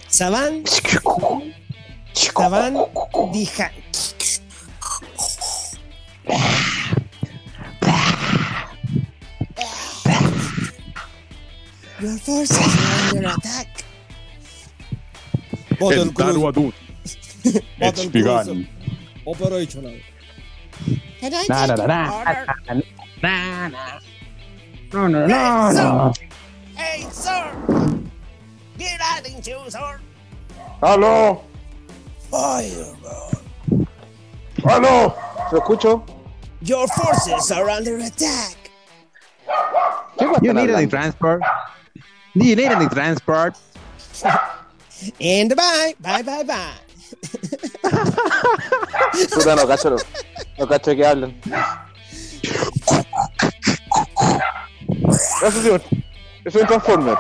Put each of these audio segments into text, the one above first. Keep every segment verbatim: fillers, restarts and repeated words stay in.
Saban. Saban dija. Your forces are under attack. El Darwadun. It's begun. Operational. Can I Na, take na, an na, order? na, na. No, no, no, no. Hey, sir! Get out and choose, sir! ¡Aló! Fireball! ¡Aló! ¿Lo escucho? Your forces are under attack! ¿Qué You están need any hablando? transport? Do you need any transport? And bye! Bye, bye, bye! Puta, no cacho, no, no cacho de qué hablan. Eso sí, es un Transformer.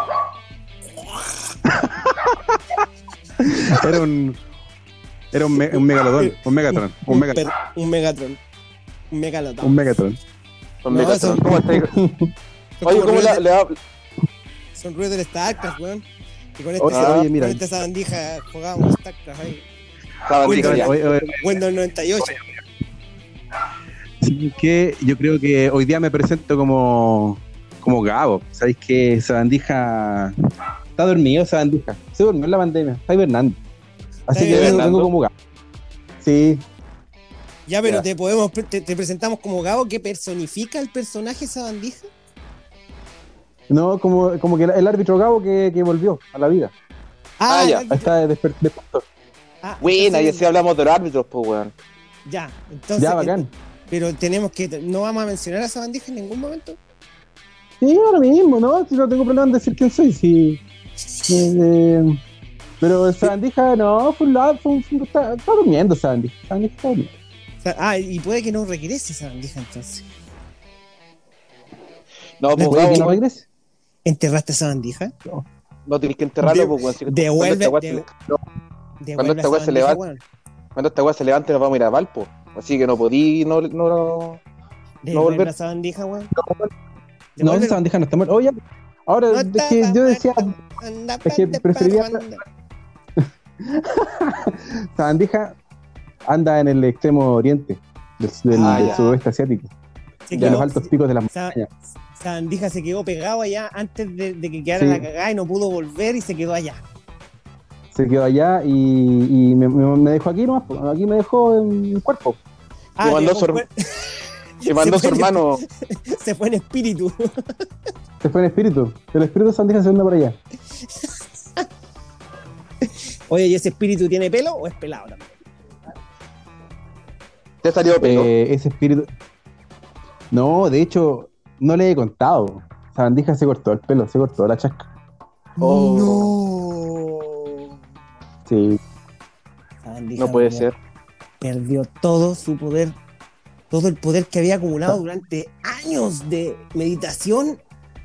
Era un. Era un, me- un megalodón. Un megatron. Un, Un, megatron. per- un Megatron. Un Megalodon. Un megatron. Son No, Megatron. son- ¿Cómo está ahí? Son Oye, como ¿cómo ruidos la- de- le habla? Son ruidos del StarCraft, weón. Y con Oye, este, oye, mira. con esta sabandija jugábamos StarCraft ahí. Estaba Oye, dicho ya. Oye, oye, Windows noventa y ocho. ¿sabes qué? Yo creo que hoy día me presento como. Como Gabo. ¿Sabéis que Sabandija. Está dormido, Sabandija. Se durmió en la pandemia. Está hibernando. Así ¿Está que vengo, hibernando? vengo como Gabo. Sí. Ya, pero Ya. te podemos pre- te, te presentamos como Gabo que personifica el personaje sabandija. No, como, como que el, el árbitro Gabo que, que volvió a la vida. Ah, ya. el- Ahí está desper- despertó. ah, Buena, y entonces- así hablamos de los árbitros, pues, weón. Ya, entonces. Ya, bacán. Pero tenemos que. No vamos a mencionar a sabandija en ningún momento. Sí, ahora mismo, ¿no? Si no tengo problema en decir quién soy, sí. Eh, pero Sabandija, no, fue un lado, fue un, fue un- está, está durmiendo Sabandija. Sabandija está durmiendo. O sea, ah, y puede que no regrese sabandija entonces. No, pues, ¿Puede que Gabo, no no, regrese? ¿Enterraste a sabandija? no tenés que enterrarlo, De- pues, weón. Si- devuelve- Cuando esta weá se de- le- no, Devuelve esta a weá se sabandija, levanta- weón. cuando esta weá se levante nos vamos a ir a Valpo. Así que no podí, no, no, no. Devuelve volver. a sabandija, weón. No, Devuelve- esa Sabandija no está muerta. Oye, ahora No es que estaba yo decía, muerto, anda, es que pate, preferiría- parranda. Sabandija anda en el extremo oriente del, del- Ah, del ya. sudoeste asiático, Se de quedó- los altos picos de las Sa- montañas. Sabandija se quedó pegado allá antes de, de que quedara Sí. la cagada y no pudo volver y se quedó allá. Se quedó allá y, y me, me- me dejó aquí nomás, pues, aquí me dejó en el cuerpo. Y mandó llegó su un her- cuer- Y mandó a su fue en- hermano. se fue en espíritu. Se fue en espíritu. El espíritu de Sabandija se anda por allá. Oye, ¿y ese espíritu tiene pelo o es pelado también? ¿Te salió pelo? Eh, ese espíritu. No, de hecho, no le he contado. Sabandija se cortó el pelo, se cortó la chasca. Oh. No. Sí. Sabandija No puede perdió- ser. Perdió todo su poder, todo el poder que había acumulado durante años de meditación.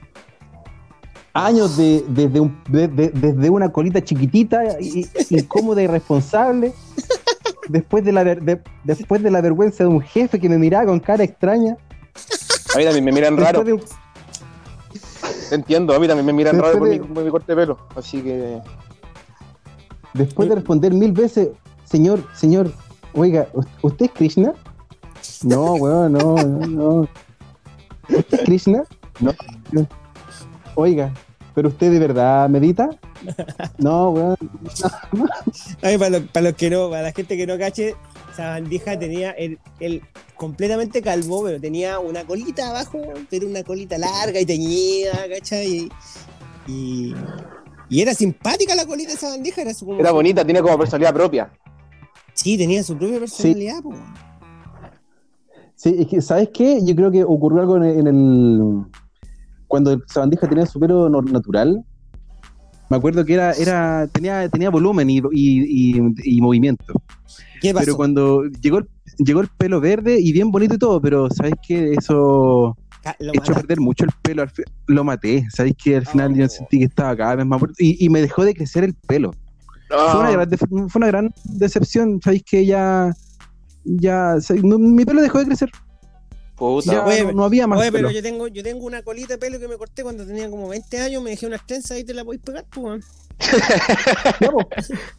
Años de, desde, un, de- de- desde una colita chiquitita, y- y- incómoda y irresponsable. Después de, la ver- de- después de la vergüenza de un jefe que me miraba con cara extraña. A mí también me miran raro. Después de un- Te entiendo, a mí también me miran Después raro por, de- mi, por mi corte de pelo. Así que. Después de responder mil veces, señor, señor, oiga, ¿usted es Krishna? No, weón, no, no, no. ¿Usted es Krishna? No. Oiga, ¿pero usted de verdad medita? No, weón. Ay, para, los, para los que no, para la gente que no cache, Sabandija tenía el, el completamente calvo, pero tenía una colita abajo, pero una colita larga y teñida, ¿cachai? Y, y, y era simpática la colita de Sabandija, era su como- Era bonita, tiene como personalidad propia. Sí, tenía su propia personalidad, po. Sí, es que, ¿sabes qué? Yo creo que ocurrió algo en el... en el- cuando el Sabandija tenía su pelo no- natural, me acuerdo que era, era tenía, tenía volumen y, y, y- y movimiento. ¿Qué pasó? Pero cuando llegó el, llegó el pelo verde y bien bonito y todo, pero ¿sabes qué? Eso Ca- lo echó a mataste. perder mucho el pelo, al fi- lo maté, ¿sabes qué? Al final Oh. yo sentí que estaba cada vez más muerto y, y me dejó de crecer el pelo. Fue, una gran, def- fue una gran decepción, ¿sabes qué? Ya, ya, ¿sabes? No, mi pelo dejó de crecer. Puta. Ya, Oye, no, no había más Oye, pero pelo. yo tengo, yo tengo una colita de pelo que me corté cuando tenía como veinte años, me dejé unas trenzas y te la podéis pegar, pues, weón. Ya, po.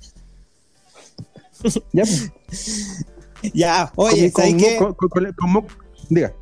Ya, po. Ya, oye, con, ¿sabes con, qué? con, con, con- con mo- Diga.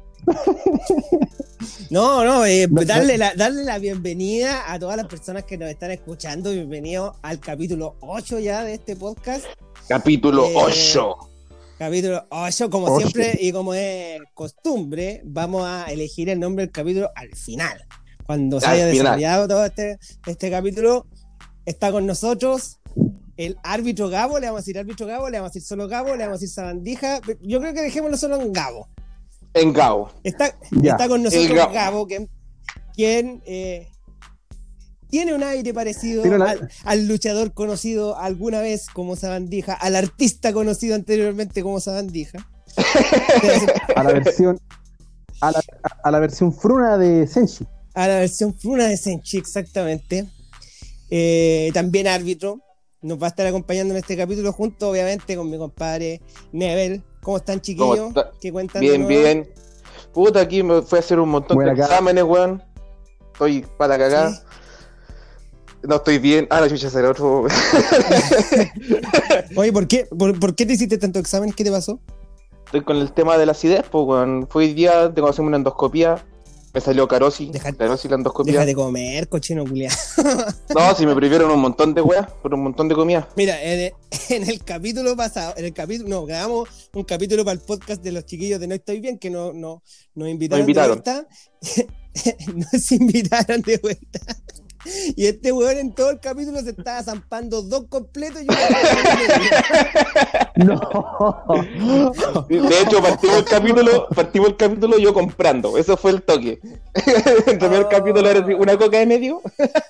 No, no, eh, No, darle, la, darle la bienvenida a todas las personas que nos están escuchando. Bienvenidos al capítulo ocho ya de este podcast. Capítulo Eh, ocho. Capítulo ocho, como Ocho. siempre y como es costumbre, vamos a elegir el nombre del capítulo al final. Cuando se Al haya final. desarrollado todo este, este capítulo, está con nosotros el árbitro Gabo. Le vamos a decir árbitro Gabo, le vamos a decir solo Gabo, le vamos a decir Sabandija. Yo creo que dejémoslo solo en Gabo. En Gabo. Está, Ya. está con nosotros El Gabo. Gabo, que, quien eh, tiene un aire parecido Pero la- al, al luchador conocido alguna vez como Sabandija, al artista conocido anteriormente como Sabandija. A la versión. A la, a la versión fruna de Senshi. A la versión Fruna de Senchi, exactamente. Eh, también árbitro. Nos va a estar acompañando en este capítulo junto, obviamente, con mi compadre Nebel. ¿Cómo están, chiquillos? ¿Cómo está? ¿Qué cuentan de Bien, nuevo? bien. Puta, aquí me fui a hacer un montón Buena de cara. exámenes, weón. Estoy para cagar. ¿Sí? No estoy bien. Ah, la chucha será otro. Oye, ¿por qué, por, ¿por qué te hiciste tantos exámenes? ¿Qué te pasó? Estoy con el tema de la acidez, pues, weón. Fui hoy día, tengo que hacerme una endoscopía. Me salió carosi. Deja- Carosi la endoscopía. Deja de comer, cochino culiado. No, si me prohibieron un montón de weas, por un montón de comida. Mira, en el, en el capítulo pasado, en el capítulo, no, grabamos un capítulo para el podcast de los chiquillos de No Estoy Bien, que no, no, nos invitaron, Nos invitaron. de vuelta. Nos invitaron de vuelta. Y este weón en todo el capítulo se estaba zampando dos completos y uno. No. De hecho, partimos el capítulo, partimos el capítulo yo comprando. Eso fue el toque. El primer Oh. capítulo era así, una coca de medio.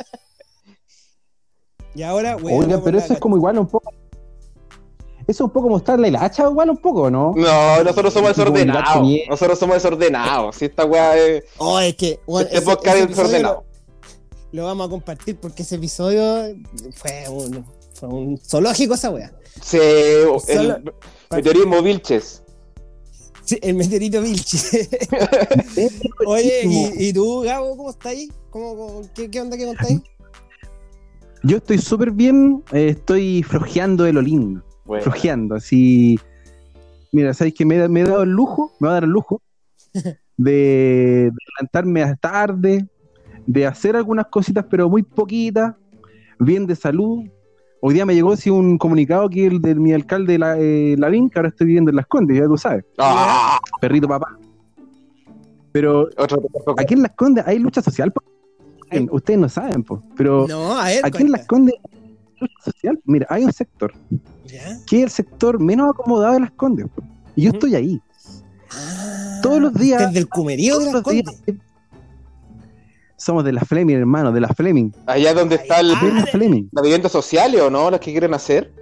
Y ahora, weón. Oiga, vamos pero a eso la- es como igual un poco. Eso es un poco mostrarle la hacha, igual un poco, ¿no? No, nosotros somos Y comunicar desordenados. que- Nosotros somos desordenados. Si esta weá es. Oh, es que, weón, Este ese- podcast ese es episodio desordenado. Lo, lo vamos a compartir porque ese episodio fue un, fue un zoológico esa weá. Se, Solo- el meteorismo Vilches. Sí, el meteorito Vilche. Oye, ¿y, y tú, Gabo, cómo estás ahí? ¿Cómo, cómo- qué, ¿Qué onda que contáis? Yo estoy súper bien, eh, estoy flojeando de lo lindo. Bueno, Flojeando, así. Mira, ¿sabéis que me, he- me he dado el lujo? Me va a dar el lujo de, de levantarme hasta tarde, de hacer algunas cositas, pero muy poquitas, bien de salud. Hoy día me llegó así un comunicado que el de mi alcalde la, eh, Lavín, que ahora estoy viviendo en Las Condes, ya tú sabes, ¡Ah! perrito papá. Pero Otro aquí en Las Condes hay lucha social, po. Ay. Ustedes no saben, po, pero No, a ver, aquí en Las cuenta. Condes hay lucha social. Mira, hay un sector ¿Ya? que es el sector menos acomodado de Las Condes, po. Y yo Ujú. estoy ahí. Ah, Todos los días- Desde el cumerío de Todos las los días- Condes. Somos de la Fleming, hermano, de la Fleming. Allá donde está el, Ah, De la Fleming. la vivienda social, ¿o no? Las que quieren hacer.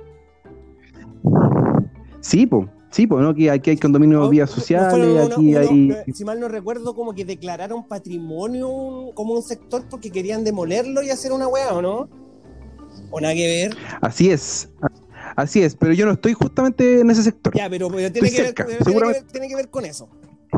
Sí, po. Sí, pues, ¿no? Aquí, aquí hay condominios No, vías no sociales, fueron uno- aquí uno- hay... eh, si mal no recuerdo, como que declararon patrimonio un- como un sector porque querían demolerlo y hacer una weá, ¿o no? O nada que ver. Así es, así es, pero yo no estoy justamente en ese sector. Ya, pero, pero tiene, Estoy que ver, cerca, pero tiene, que seguramente. ver, tiene que ver con eso.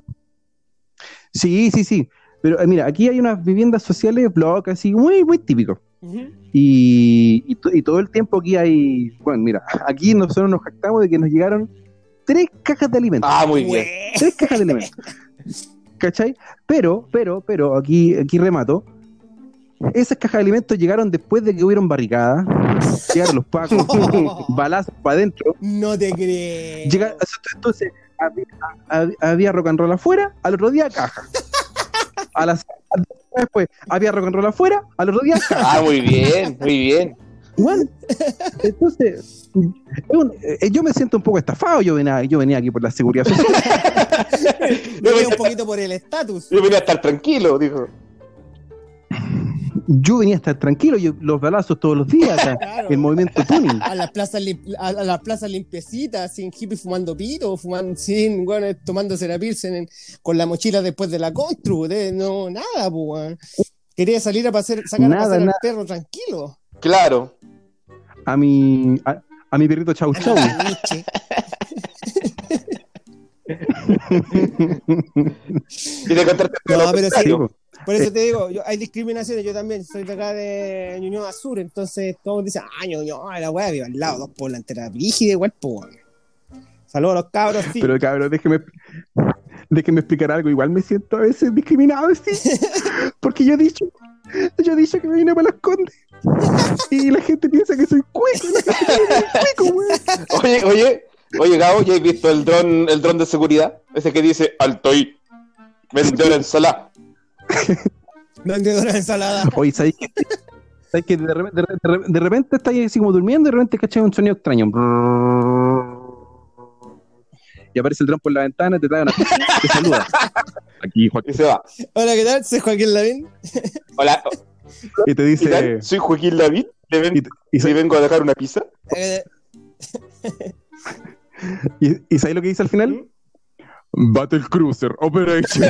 Sí, sí, sí. Pero eh, mira, aquí hay unas viviendas sociales, blog, así, muy, muy típicos. Ujú. Y, y, to- y todo el tiempo aquí hay... Bueno, mira, aquí nosotros nos jactamos de que nos llegaron tres cajas de alimentos. Ah, muy bien. Güey. Tres cajas de alimentos. ¿Cachai? Pero, pero, pero, aquí, aquí remato. Esas cajas de alimentos llegaron después de que hubieron barricadas, llegaron los pacos, balazos para adentro. No te creo. Llega, entonces, había, hab- había rock and roll afuera, al otro día caja. A las después había rock and roll afuera, al otro día caja. Ah, muy bien, muy bien. Bueno, entonces, es un- eh, yo me siento un poco estafado. Yo venía, yo venía aquí por la seguridad social. Yo venía un poquito por el estatus. Yo venía a estar tranquilo, dijo. Yo venía a estar tranquilo, yo, los balazos todos los días, acá, Claro. el movimiento tuning. A las plazas lim- a, a las plazas limpiecitas, sin hippies fumando pito, fumando, sin, bueno, tomándose la pilsen en- con la mochila después de la constru, de, no, nada, pues, weón. Quería salir a pasear, sacar Nada, a pasear nada. al perro tranquilo. Claro. A mi, a, a mi perrito Chau Chau. Nietzsche. Y te encontraste con No, lo pero sí. contrario. Por eso te digo, yo, hay discriminaciones, yo también soy de acá de Ñuñoa Sur, entonces todos dicen, ah, Ñuñoa, la weá, viva al lado, dos por la entera, brígida igual, pues, weón. Saludos a los cabros, sí. Pero cabrón, déjeme, déjeme explicar algo. Igual me siento a veces discriminado, sí. Porque yo he dicho, yo he dicho que me vine para Las Condes. Y la gente piensa que soy cuico. La gente piensa que soy cuico, güey. Oye, oye, oye, Gabo, ¿ya has visto el dron, el dron de seguridad? Ese que dice, alto ahí, vendedor ensalada. Vendedora de ensalada. Oye, ¿sabes qué? ¿Sabes que de repente, de, de, de repente estás así como durmiendo y de repente cachas un sonido extraño? Y aparece el dron por la ventana, te trae una pizza y te saluda. Aquí, Joaquín. Y se va. Hola, ¿qué tal? Soy Joaquín Lavín. Hola, Y te ¿qué dice. tal? Soy Joaquín David. Le, ven- Y, y, le vengo a dejar una pizza. Eh, y, y ¿sabes lo que dice al final? Battle Cruiser Operation.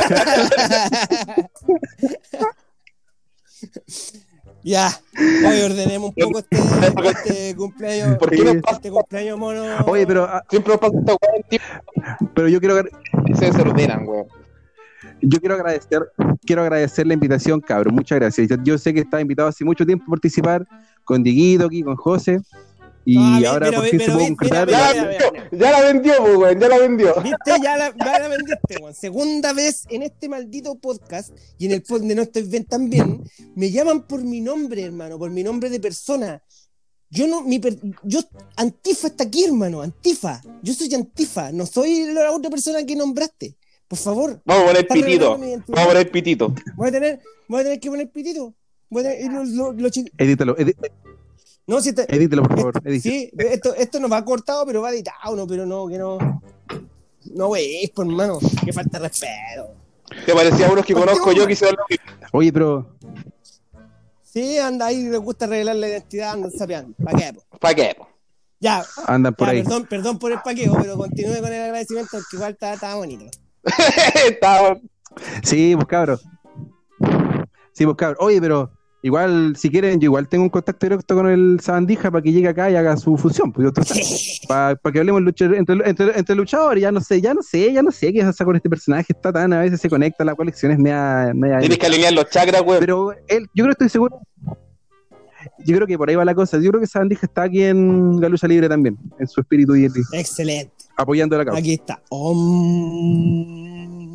Ya, hoy ordenemos un poco este, este cumpleaños. ¿Por qué nos pasa? Este cumpleaños mono. Oye, pero, ah, Siempre nos pasa esta weá en tiempo pero yo quiero agra- y se desordenan, weón. yo quiero agradecer, quiero agradecer la invitación, cabrón. Muchas gracias. Yo, yo sé que estaba invitado hace mucho tiempo a participar con Diguito aquí, con José. Y No, a ver, ahora pero, por fin pero, se puede mira, concretar. mira, Ya mira, la mira, vendió, ya la vendió, pues, weón, ya la vendió. ¿Viste? Ya la, ya la vendiste, weón. Segunda vez en este maldito podcast y en el podcast de No Estoy Bien también, me llaman por mi nombre, hermano, por mi nombre de persona. Yo no, mi per- yo, Antifa está aquí, hermano, Antifa. Yo soy Antifa, no soy la otra persona que nombraste. Por favor. Vamos a poner Está pitito. revelando mi identidad. Vamos a poner pitito. Voy a tener, voy a tener que poner pitito. Voy a tener, y lo- lo- lo chi- Edítalo, edi- no, si está- edítalo, por favor. esto- edítalo. sí, esto, esto no va cortado, pero va editado, no, pero no, que no. No, güey, por hermano, que falta de respeto. ¿Te parecía a unos que ¿Por qué, conozco yo hombre? que hicieron lo mismo? Oye, pero Sí, anda ahí, les gusta revelar la identidad, andan sapeando. ¿Para qué, po? ¿Para qué? po? Ya, andan por ya, ahí. perdón, perdón por el paqueo, pero continúe con el agradecimiento porque igual está, está bonito. Estaba- Sí, pues cabros. Sí, pues cabros. Oye, pero igual, si quieren, yo igual tengo un contacto directo con el Sabandija para que llegue acá y haga su función. Pues, para que hablemos lucha- entre, entre, entre luchadores. Ya no sé, ya no sé, ya no sé qué pasa con este personaje. Está tan, a veces se conecta, la colección es media. media Tienes que alinear los chakras, weón. Pero él, yo creo que estoy seguro. Yo creo que por ahí va la cosa. Yo creo que Sabandija está aquí en la lucha libre también, en su espíritu y Excelente. apoyando la causa. Aquí está. Om.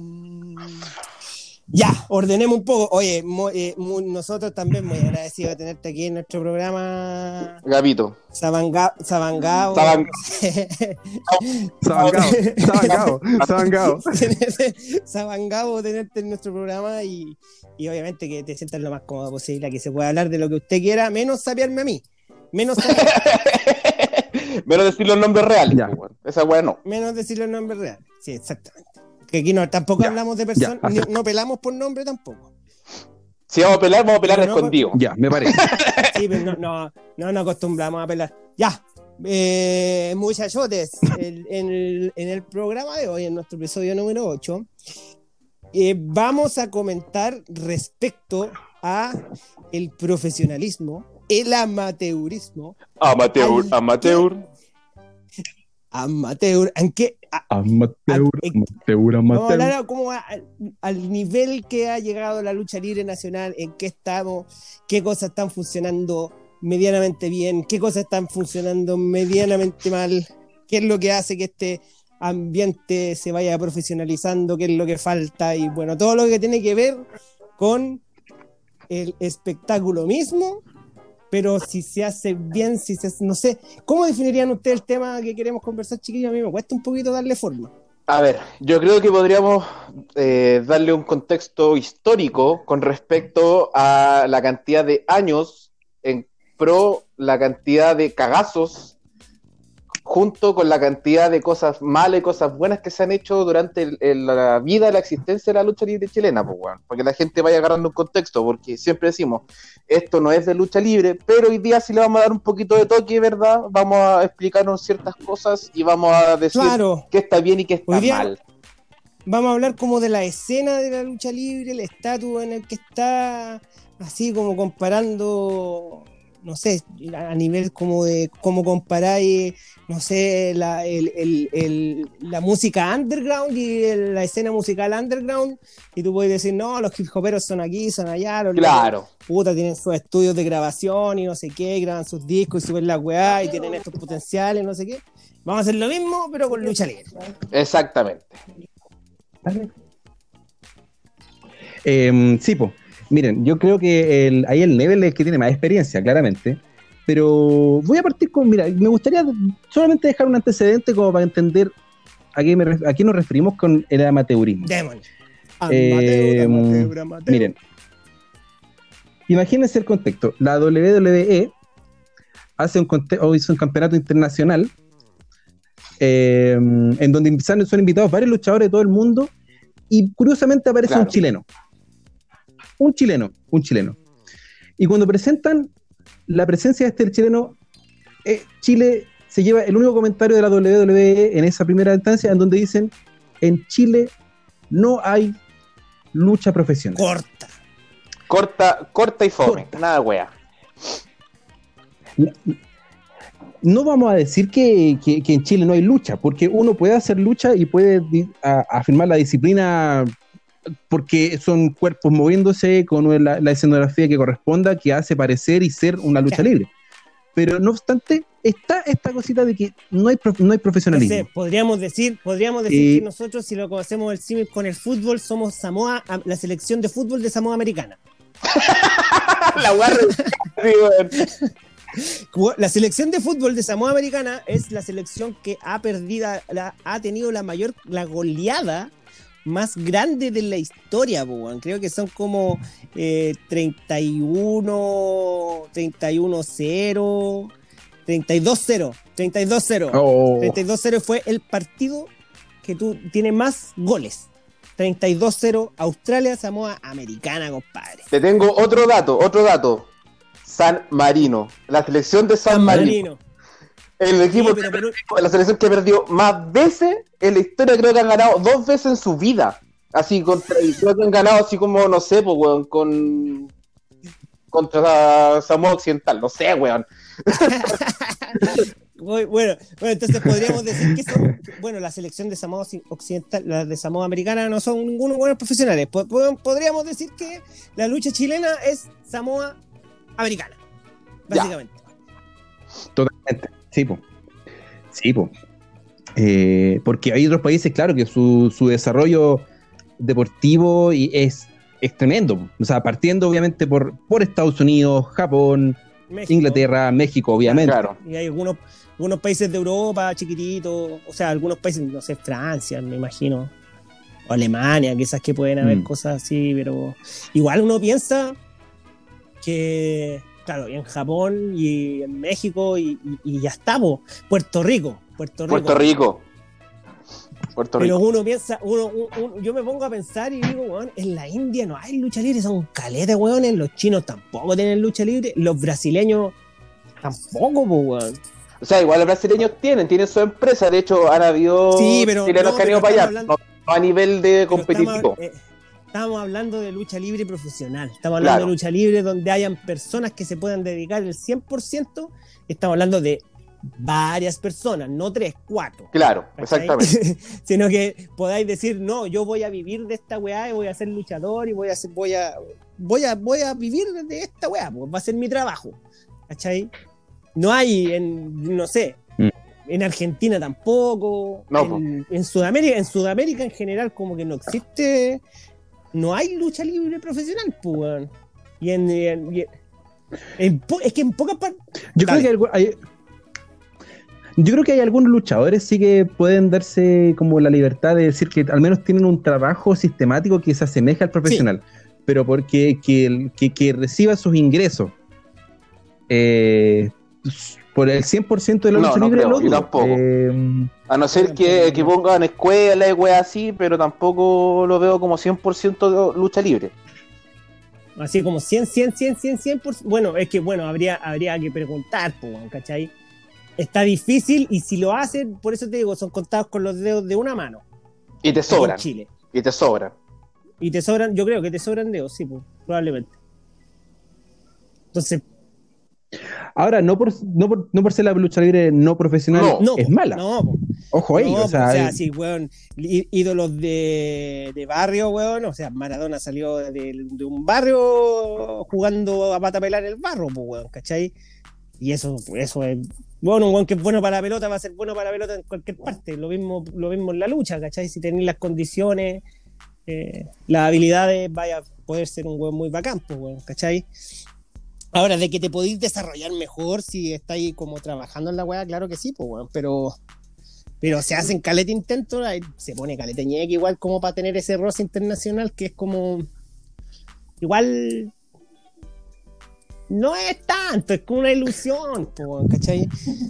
Ya, ordenemos un poco. Oye, mo- eh, mu- nosotros también muy agradecidos de tenerte aquí en nuestro programa Gabito. Sabanga- Sabangao. Saban- Sabangao, Sabangao, Sabangao. Tenerte- Sabangao, tenerte en nuestro programa y, y obviamente que te sientas lo más cómodo posible, que se pueda hablar de lo que usted quiera, menos sapearme a mí. Menos, sape- Menos decir los nombres reales, Ya. pues, weón. Esa weá no. menos decir los nombres reales. Sí, exactamente. Que aquí no, tampoco Ya, hablamos de personas, ya, ni- no pelamos por nombre tampoco. Si vamos a pelar, vamos a pelar Pero no, escondido. Ya, me parece. Sí, pero no, no, no nos acostumbramos a pelar. Ya, eh, muchachotes, el- en, el, en el programa de hoy, en nuestro episodio número ocho, eh, vamos a comentar respecto a el profesionalismo, el amateurismo, Amateur, Ay, amateur. amateur, ¿en qué? a- Amateur, Ah, amateur, Vamos a amateur. hablar a cómo va al, al nivel que ha llegado la lucha libre nacional, en qué estamos, qué cosas están funcionando medianamente bien, qué cosas están funcionando medianamente mal, qué es lo que hace que este ambiente se vaya profesionalizando, qué es lo que falta y bueno, todo lo que tiene que ver con el espectáculo mismo, pero si se hace bien, si se hace, no sé, ¿cómo definirían ustedes el tema que queremos conversar, chiquillos? A mí me cuesta un poquito darle forma. A ver, yo creo que podríamos eh, darle un contexto histórico con respecto a la cantidad de años en pro la cantidad de cagazos junto con la cantidad de cosas malas y cosas buenas que se han hecho durante el- el- la vida, la existencia de la lucha libre chilena, pues, weón, para que la gente vaya agarrando un contexto, porque siempre decimos, esto no es de lucha libre, pero hoy día sí le vamos a dar un poquito de toque, ¿verdad? Vamos a explicarnos ciertas cosas y vamos a decir Claro. qué está bien y qué está Hoy día- mal. Vamos a hablar como de la escena de la lucha libre, el estatus en el que está, así como comparando no sé, a nivel como de cómo comparáis, no sé, la, el, el, el, la música underground y el, la escena musical underground, y tú puedes decir, no, los hip hoperos son aquí, son allá, los Claro. locos, puta, tienen sus estudios de grabación y no sé qué, y graban sus discos y suben la weá y tienen estos potenciales, no sé qué. Vamos a hacer lo mismo, pero con lucha libre. Exactamente. Eh, sí, pues. Miren, yo creo que el, ahí el Nebel es el que tiene más experiencia, claramente. Pero voy a partir con, mira, me gustaría solamente dejar un antecedente como para entender a qué, me, a qué nos referimos con el amateurismo. Demon. Eh, Amateur, amateur, amateur. Miren, imagínense el contexto. La W W E hace un, conte- o hizo un campeonato internacional eh, en donde son invitados varios luchadores de todo el mundo y curiosamente aparece Claro. un chileno. Un chileno, un chileno. Y cuando presentan la presencia de este chileno, eh, Chile se lleva el único comentario de la W W E en esa primera instancia en donde dicen, en Chile no hay lucha profesional. Corta. Corta, corta y fome. Corta. Nada, wea. No vamos a decir que, que, que en Chile no hay lucha, porque uno puede hacer lucha y puede di- a- afirmar la disciplina porque son cuerpos moviéndose con la, la escenografía que corresponda, que hace parecer y ser una lucha Claro. libre. Pero no obstante, está esta cosita de que no hay, prof- no hay profesionalismo. Entonces, podríamos decir, podríamos decir Y- que nosotros, si lo conocemos el símil con el fútbol, somos Samoa, la selección de fútbol de Samoa Americana. La wea re- sí, weón. La selección de fútbol de Samoa Americana es la selección que ha perdido, la, ha tenido la mayor, la goleada más grande de la historia, po, weón. Creo que son como eh, treinta y uno, treinta y uno cero, treinta y dos cero, treinta y dos cero. Oh, treinta y dos cero fue el partido que tú tiene más goles. treinta y dos cero Australia, Samoa Americana, compadre. Te tengo otro dato, otro dato. San Marino. La selección de San, San Marino. Marino. El equipo, Sí, pero por un- la selección que perdió más veces en la historia, creo que han ganado dos veces en su vida. Así contra, y creo que han ganado así como, no sé, pues, weón, con contra Samoa Occidental, no sé, weón. Muy bueno, bueno, entonces podríamos decir que son, bueno, la selección de Samoa Occidental, la de Samoa Americana no son ninguno buenos profesionales. Po- po- Podríamos decir que la lucha chilena es Samoa Americana, básicamente. totalmente. Sí, po. Sí, po. Eh, porque hay otros países, claro, que su, su desarrollo deportivo y es, es tremendo. Po. O sea, partiendo obviamente por, por Estados Unidos, Japón, México. Inglaterra, México, obviamente. Claro. Y hay algunos, algunos países de Europa chiquititos, o sea, algunos países, no sé, Francia, me imagino, o Alemania, quizás que pueden haber Mm. cosas así, pero igual uno piensa que, claro, y en Japón y en México y, y- y ya estamos, Puerto Rico, Puerto Rico. Puerto Rico. Puerto Pero Rico. uno piensa, uno, un- un- yo me pongo a pensar y digo, weón, en la India no hay lucha libre, son caletas, weones, los chinos tampoco tienen lucha libre, los brasileños tampoco, pues, weón. O sea, igual los brasileños tienen, tienen su empresa. De hecho, han habido Sí, pero- chilenos no, que han ido pero para allá. estamos No, no a nivel de Pero competitivo. Estamos, eh, estamos hablando de lucha libre profesional. Estamos hablando Claro. de lucha libre donde hayan personas que se puedan dedicar el cien por ciento. Estamos hablando de varias personas, no tres, cuatro. Claro, ¿cachai? exactamente. Sino que podáis decir, no, yo voy a vivir de esta weá y voy a ser luchador y voy a ser, voy a, voy a, voy a vivir de esta weá, pues va a ser mi trabajo. ¿Cachai? No hay en, no sé, Mm. en Argentina tampoco, No, en, en Sudamérica, en Sudamérica en general como que no existe, no hay lucha libre profesional, pues, weón. Y en, en- y en- en po- es que en pocas partes. Yo Dale. creo que hay, hay- yo creo que hay algunos luchadores sí que pueden darse como la libertad de decir que al menos tienen un trabajo sistemático que se asemeja al profesional, pero porque que, el- que, que reciba sus ingresos eh, por el cien por ciento de la No, lucha no libre, creo, lo yo dudo. tampoco. Eh, A no ser que, que pongan escuelas y weas así, pero tampoco lo veo como cien por ciento de lucha libre. Así como cien, cien, cien, cien, cien por ciento. Bueno, es que bueno, habría, habría que preguntar, po, weón, ¿cachai? Está difícil y si lo hacen, por eso te digo, son contados con los dedos de una mano. Y te aquí sobran. En Chile. Y te sobran. Y te sobran, yo creo que te sobran dedos, sí, pues, probablemente. Entonces, Ahora, no por, no por, no por ser la lucha libre no profesional No, No, es po, mala. No, po. Ojo ahí, No, o po, sea, o sea, eh, sí, weón, í- ídolos de, de barrio, weón, o sea, Maradona salió de, de un barrio jugando a pata pelar el barro, pues, weón, ¿cachai? Y eso, eso es, bueno, un weón que es bueno para la pelota va a ser bueno para la pelota en cualquier parte, lo mismo, lo mismo en la lucha, ¿cachai? Si tenéis las condiciones, eh, las habilidades, vaya a poder ser un weón muy bacán, pues, weón, ¿cachai? Ahora, de que te podéis desarrollar mejor si estáis como trabajando en la weá, claro que sí, pues, weón, pero... Pero se hacen caleta intentos, ahí se pone caleta ñeque igual como para tener ese roce internacional que es como... Igual... No es tanto, es como una ilusión, po, ¿cachai?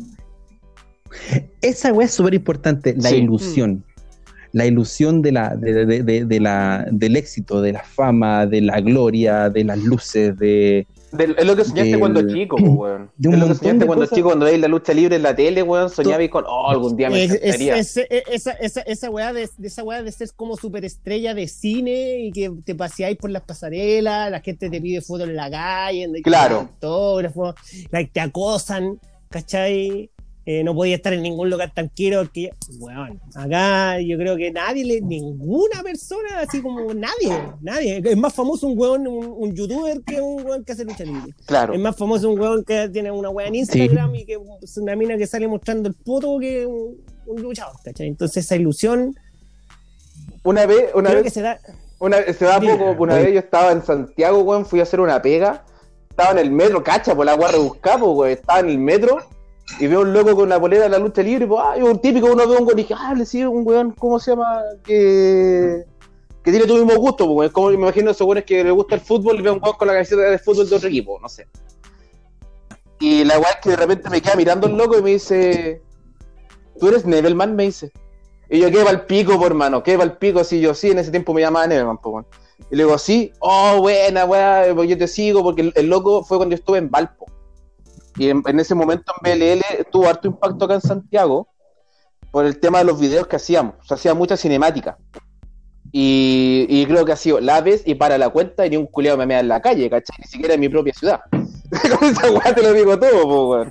esa weá es súper importante, la Sí. ilusión. La ilusión de la, de, de- de- de la, del éxito, de la fama, de la gloria, de las luces, de... Del- es lo que soñaste del- cuando chico, po, weón. de un Es lo que montón soñaste de cuando cosas. chico, cuando veis la lucha libre en la tele, weón, soñabais con, oh, algún día me Es- es- encantaría. es- es- esa, esa, esa weá de, de esa weá de ser como superestrella de cine y que te paseáis por las pasarelas, la gente te pide fotos en la calle, de- Claro. autógrafos, like, te acosan, ¿cachai? Eh, no podía estar en ningún lugar tranquilo que, weón, acá yo creo que nadie, le, ninguna persona, así como nadie, nadie, es más famoso un weón, un, un youtuber que un weón que hace lucha libre. Claro. Es más famoso un weón que tiene una weá en Instagram y que es una mina que sale mostrando el poto que un, un luchador, ¿cachai? Entonces esa ilusión Una vez, una creo vez, que se da. una, se da Dime. poco, una Oye. vez yo estaba en Santiago, weón, fui a hacer una pega, estaba en el metro, cacha, por la weá rebuscada, pues, weón, estaba en el metro y veo un loco con la polera de la lucha libre, pues, ay, un típico, uno ve un weón y dije, ah, le sigue un weón, ¿cómo se llama? Que, que tiene tu mismo gusto, pues, weón, como me imagino esos weones que le gusta el fútbol y ve un weón con la camiseta de fútbol de otro equipo, no sé. Y la weá es que de repente me queda mirando el loco y me dice, ¿tú eres Nebelman? Me dice. Y yo, ¿qué va el pico, por hermano? ¿Qué va el pico? Si yo sí, en ese tiempo me llamaba Nebelman, pues, weón. Y le digo, sí, oh, buena, weá, pues yo te sigo, porque el, el loco fue cuando yo estuve en Valpo. Y en, en ese momento en B L L tuvo harto impacto acá en Santiago por el tema de los videos que hacíamos. O sea, hacía mucha cinemática. Y, y creo que ha sido la vez y para la cuenta y ni un culiao me mea en la calle, ¿cachai? Ni siquiera en mi propia ciudad. Con esa weá te lo digo todo, po, weón.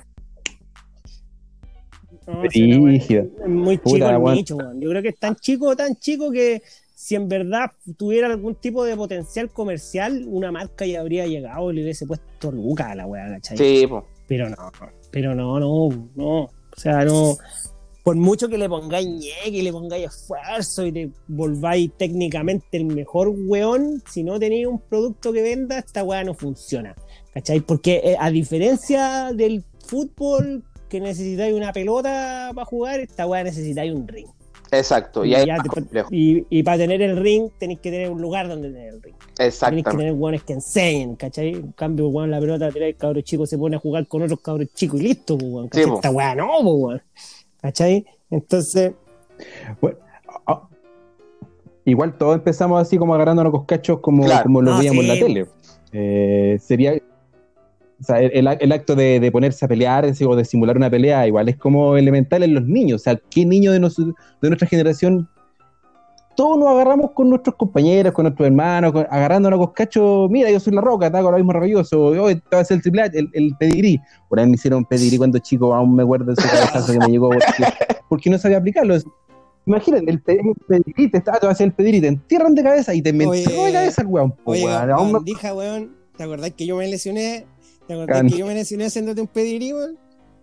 No, sí, la weá Brígido. es muy Puta, chico el weón. nicho, weón. Yo creo que es tan chico, tan chico que si en verdad tuviera algún tipo de potencial comercial, una marca ya habría llegado y le hubiese puesto lucas a la weá, ¿cachai? Sí, po. Pero no, pero no, no, no. O sea, no. Por mucho que le pongáis ñeque y le pongáis esfuerzo y te volváis técnicamente el mejor weón, si no tenéis un producto que venda, esta weá no funciona. ¿Cachai? Porque eh, a diferencia del fútbol, que necesitáis una pelota para jugar, esta weá necesitáis un ring. Exacto. Y Y, ahí es ya más te- complejo. y, y para tener el ring, tenéis que tener un lugar donde tener el ring. Tenéis que Exactamente. tener weones que enseñen, ¿cachai? En cambio, weón, la pelota tiráis, el cabro chico se pone a jugar con otros cabros chicos y listo, pues, weón. ¿Cachai? Sí, po. Esta weá no, pues, weón. ¿Cachai? Entonces, Bueno, ah, igual todos empezamos así como agarrándonos coscachos como, Claro. como lo Ah, veíamos sí. en la tele. Eh, sería, o sea, el, el- el acto de, de ponerse a pelear así, o de simular una pelea, igual es como elemental en los niños. O sea, ¿qué niño de, nos- de nuestra generación? Todos nos agarramos con nuestros compañeros, con nuestros hermanos, con- agarrándonos coscachos. Mira, yo soy la Roca, te hago lo mismo rabioso. Hoy te va a hacer el triple H, el, el pedigrí. Por ahí me hicieron pedigrí cuando chico, aún me acuerdo de ese cabezazo que me llegó porque, porque no sabía aplicarlo. Imagínate, el, pe- el pedigrí, te, está- te va a hacer el pedigrí, te entierran de cabeza y te me Oye, enterró de cabeza el weón. po, oye, weón. Aún me- bandija, weón, ¿te acordás que yo me lesioné? ¿Te acordás Can- que yo me lesioné haciéndote un pedigrí, weón?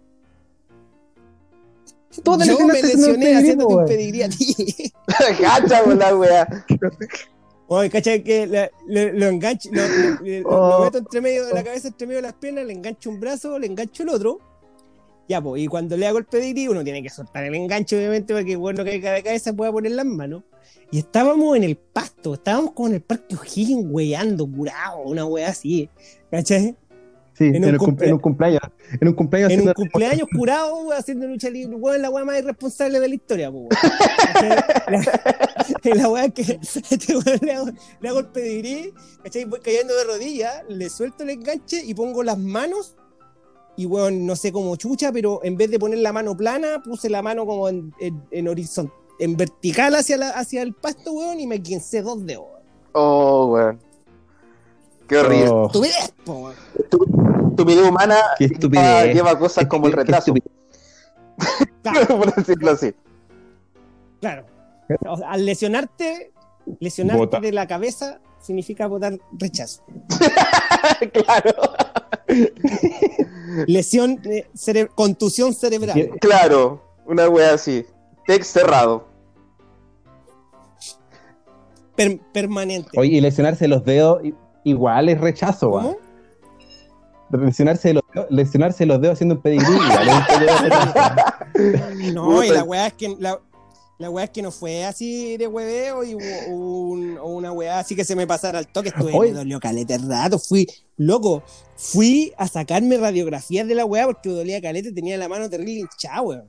Tú te Yo me lesionaste haciendo un lesioné pedigrí, haciéndote un weón. pedigrí a ti. Cacha con la weá. Oye, ¿cachai? Que la- lo, lo engancho, lo, lo- lo- Oh. lo meto entre medio de la cabeza, entre medio de las piernas, le engancho un brazo, le engancho el otro. Ya, pues, y cuando le hago el pedigrí, uno tiene que soltar el enganche, obviamente, para que bueno que caiga de cabeza pueda poner las manos. Y estábamos en el pasto, estábamos como en el parque O'Higgins, weando, curado, una wea así, ¿cachai? Sí, en en, un un cum- cumple- en un cumpleaños. En un cumpleaños En un haciendo- cumpleaños curado, weón, haciendo lucha libre, weón, la weá más irresponsable de la historia, pues, weón. ¿Cachai? La, la weá que este weón le hago, le hago el pedigrí, ¿cachai? Voy cayendo de rodillas, le suelto el enganche y pongo las manos. Y weón, no sé cómo chucha, pero en vez de poner la mano plana, puse la mano como en, en, en horizontal, en vertical hacia, la, hacia el pasto, weón, y me quincé dos dedos, weón. Oh, weón. Qué horrible. Oh, Estupidez, po, weón. Estupidez humana qué lleva, estupidez. lleva cosas Qué como el estupidez, qué retraso, Claro, por decirlo así. claro. O sea, al lesionarte, lesionarte Bota. de la cabeza significa votar rechazo. Claro, Lesión, eh, cere- contusión cerebral. ¿Qué? claro, una wea así. Text cerrado. Per- permanente. Oye, y lesionarse los dedos i- igual es rechazo, ¿Cómo? weón. Lesionarse de los dedos, lesionarse los dedos haciendo un pedigrí igual es un poco de rechazo. No, y Puta. la weá es que la, la weá es que no fue así de hueveo y hubo un- o una weá así que se me pasara al toque. Estuve, Oye. me dolió caleta el rato. Fui, loco, fui a sacarme radiografías de la weá porque me dolía caleta y tenía la mano terrible hinchada, weón.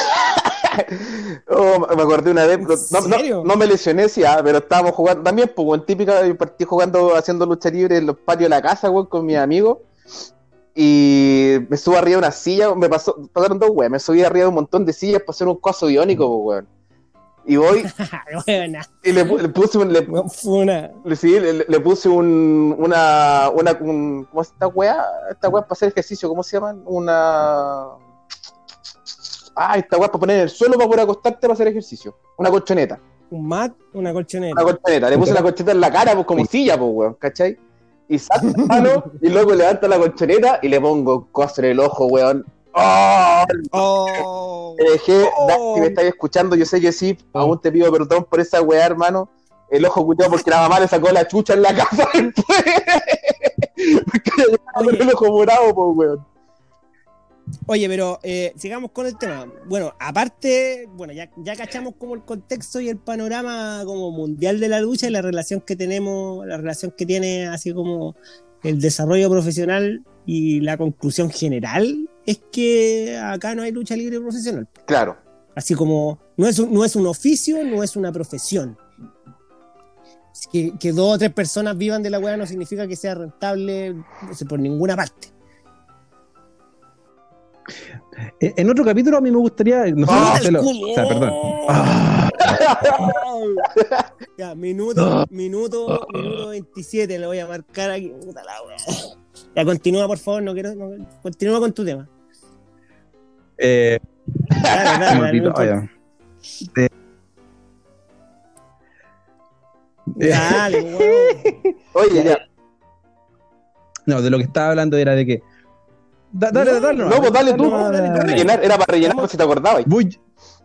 Oh, me acordé una vez, ¿En no, no- serio? no me lesioné, sí, ah, pero estábamos jugando también, pues, en típica, yo partí jugando, haciendo lucha libre en los patios de la casa, weón, con mis amigos. Y me subo arriba de una silla, me pasó, pasaron dos weón, me subí arriba de un montón de sillas para hacer un coso biónico, pues, weón. Y voy Weona, y le, pu- le puse un, le, weón, fue una. le- sí, le, le puse un, una, una, un, ¿cómo es esta weá? Esta weá para hacer ejercicio, ¿cómo se llaman? Una... Ah, esta weá para poner en el suelo para poder acostarte para hacer ejercicio. Una colchoneta. Un mat, una colchoneta. Una colchoneta. Le puse la colchoneta en la cara, pues como silla, pues weón, ¿cachai? Y salto la mano y luego levanto la colchoneta y le pongo coso en el ojo, weón. ¡Oh! Oh, Te dejé, Oh. Dax, si me estás escuchando, yo sé que sí, aún te pido perdón por esa weá, hermano. El ojo cuidado porque la mamá le sacó la chucha en la casa después. Porque le llegaba con Oye. el ojo morado, pues weón. Oye, pero eh, sigamos con el tema. Bueno, aparte, bueno, ya, ya cachamos como el contexto y el panorama como mundial de la lucha y la relación que tenemos, la relación que tiene así como el desarrollo profesional y la conclusión general es que acá no hay lucha libre profesional. Claro. Así como no es un, no es un oficio, no es una profesión. Que, que dos o tres personas vivan de la weá no significa que sea rentable, no sé, por ninguna parte. En en otro capítulo a mí me gustaría, no sé ¡Ah, si hacerlo, el o sea, perdón. Ya, minuto, minuto, minuto veintisiete, le voy a marcar aquí. Puta la wea. Ya, continúa, por favor, no quiero. no- continúa con tu tema. Eh, Dale, dale, dale, maldito, no importa. vaya. Dale, weón. Oye, ya. No, de lo que estaba hablando era de que. Da- dale, No, dale, No, pues dale tú. No, dale, dale. Rellenar, era para rellenar, Vamos. por si te acordabas. Voy.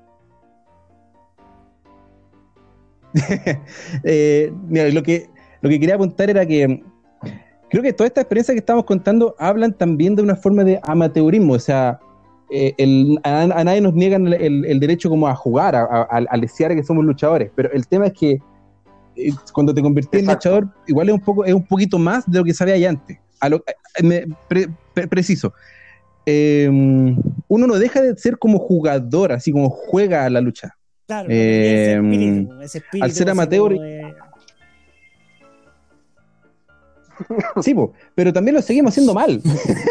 Eh, mira, lo que, lo que quería apuntar era que creo que toda esta experiencia que estamos contando hablan también de una forma de amateurismo, o sea, eh, el- a, a nadie nos niegan el, el- el derecho como a jugar, a, a, a desear que somos luchadores, pero el tema es que eh, cuando te convertí en Exacto. luchador, igual es un poco, es un poquito más de lo que sabía ya antes. A lo, a- me- pre- pre- preciso. Eh, uno no deja de ser como jugador, así como juega a la lucha. Claro, Eh, ese espíritu, ese espíritu al ser así amateur- como de- Sí, po, pero también lo seguimos haciendo mal.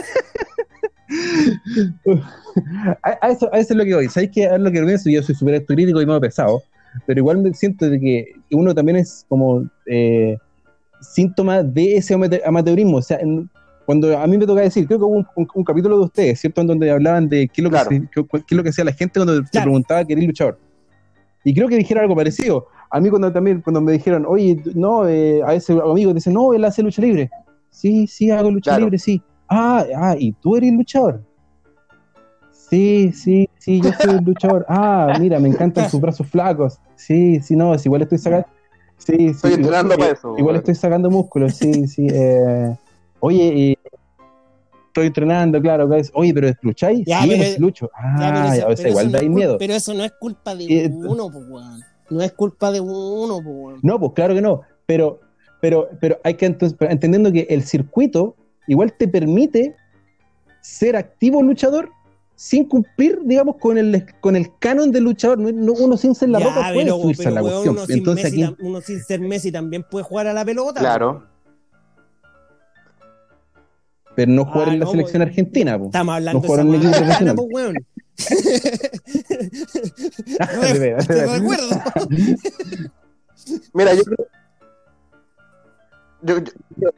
a, a eso, a eso es lo que voy. ¿Sabéis qué? Es lo que pienso. Yo soy súper autocrítico y medio pesado, pero igual me siento de que uno también es como eh, síntoma de ese amate- amateurismo. O sea, en- cuando a mí me toca decir, creo que hubo un, un- un capítulo de ustedes, ¿cierto? En donde hablaban de qué es lo, Claro. que, se- qué- qué es lo que hacía la gente cuando se Claro. preguntaba que eres luchador. Y creo que dijeron algo parecido. A mí cuando también, cuando me dijeron, oye, no, eh, a ese amigo dice, no, él hace lucha libre. Sí, sí, hago lucha Claro. libre, sí. Ah, ah, ¿y tú eres luchador? Sí, sí, sí, yo soy luchador. Ah, mira, me encantan sus brazos flacos. Sí, sí, no, es igual estoy sacando. Sí, sí, Estoy igual, entrenando eh, para eso, igual weón. estoy sacando músculos, sí, sí. eh, oye, eh, estoy entrenando, claro. ¿Ves? Oye, pero ¿lucháis? Ya, Sí, pero- pues lucho. Ya, pero Ah, eso- ya, o sea, pero igual eso no dais es cul- miedo. Pero eso no es culpa de Eh, uno, pues, weón. No es culpa de uno, pues, weón. No, pues claro que no, pero, pero, pero hay que entonces, pero entendiendo que el circuito igual te permite ser activo luchador sin cumplir, digamos, con el, con el canon del luchador. No, no- uno sin ser la Ya, roca puede pero, subirse a pero, la weón, cuestión. uno, sin Entonces Messi, aquí, tam- uno sin ser Messi también puede jugar a la pelota. Claro. pero no jugar Ah, en la no, selección pues, argentina, po. Estamos hablando No jugaron de en esa equipo weá, profesional. pues, weón. De veras, de Te veras. recuerdo. Mira, yo creo. Yo, yo- yo-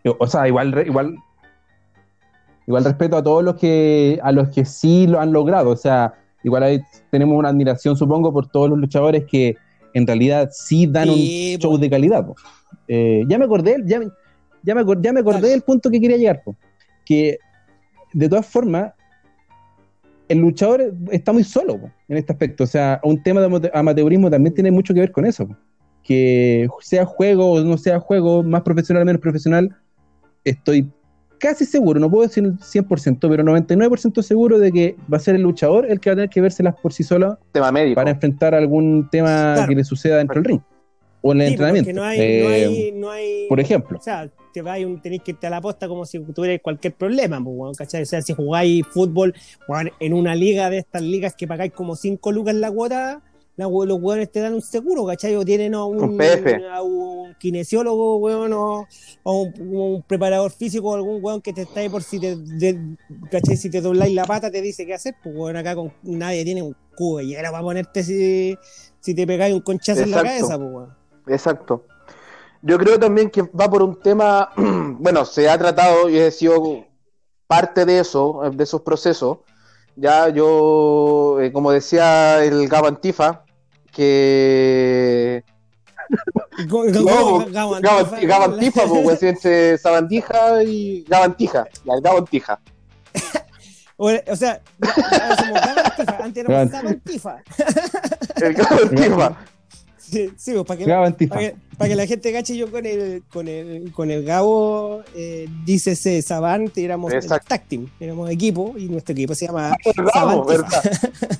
O sea, igual, igual, igual respeto a todos los que, a los que sí lo han logrado. O sea, igual hay, tenemos una admiración, supongo, por todos los luchadores que en realidad sí dan Sí, un show pues. de calidad. Po. Eh, ya me acordé, ya, me- ya me acordé, ya me acordé Dale. del punto que quería llegar. Po. Que de todas formas, el luchador está muy solo po, en este aspecto. O sea, un tema de amate- amateurismo también tiene mucho que ver con eso. Po. Que sea juego o no sea juego, más profesional o menos profesional, estoy casi seguro, no puedo decir cien por ciento, pero noventa y nueve por ciento seguro de que va a ser el luchador el que va a tener que vérselas por sí solo Tema médico. para enfrentar algún tema Claro. que le suceda dentro del ring o en el Sí, entrenamiento. porque no hay, Eh, no hay, no hay. por ejemplo. O sea, te vais un, tenéis que irte a la posta como si tuvierais cualquier problema, pues, weón, ¿cachai? O sea, si jugáis fútbol, weón, en una liga de estas ligas que pagáis como cinco lucas la cuota, la, we- los weones te dan un seguro, ¿cachai? O tienen a un, Un P F. a un kinesiólogo, weón, o, o un, un preparador físico, o algún weón que te está ahí por si te, de- ¿cachai? Si te dobláis la pata, te dice qué hacer, pues, weón, acá con nadie tiene un cubo y era para ponerte si, si te pegáis un conchazo en la Exacto. cabeza, pues, weón. Exacto. Yo creo también que va por un tema, bueno, se ha tratado y he sido parte de eso, de esos procesos. Ya yo, eh, como decía el Gabo Antifa, que... Go- go- No, go- po, Gabo Gabo Antifa, Gabo ¿no? Antifa, pues, weón, sí, entre Sabandija y Gabo Antija, ya, el Gabo Antija. O, o sea, ya- ahora somos Gabo Antifa, antes éramos Gabo Saba Antifa. El Gabo Antifa. Sí, sí, pues, para que, Gabo Antifa. para que, para que la gente cache, yo con el, con el, con el Gabo, eh, dícese Sabante, éramos el Exacto. tag team, éramos equipo, y nuestro equipo se llama El Gabo, Sabantifa. ¿verdad?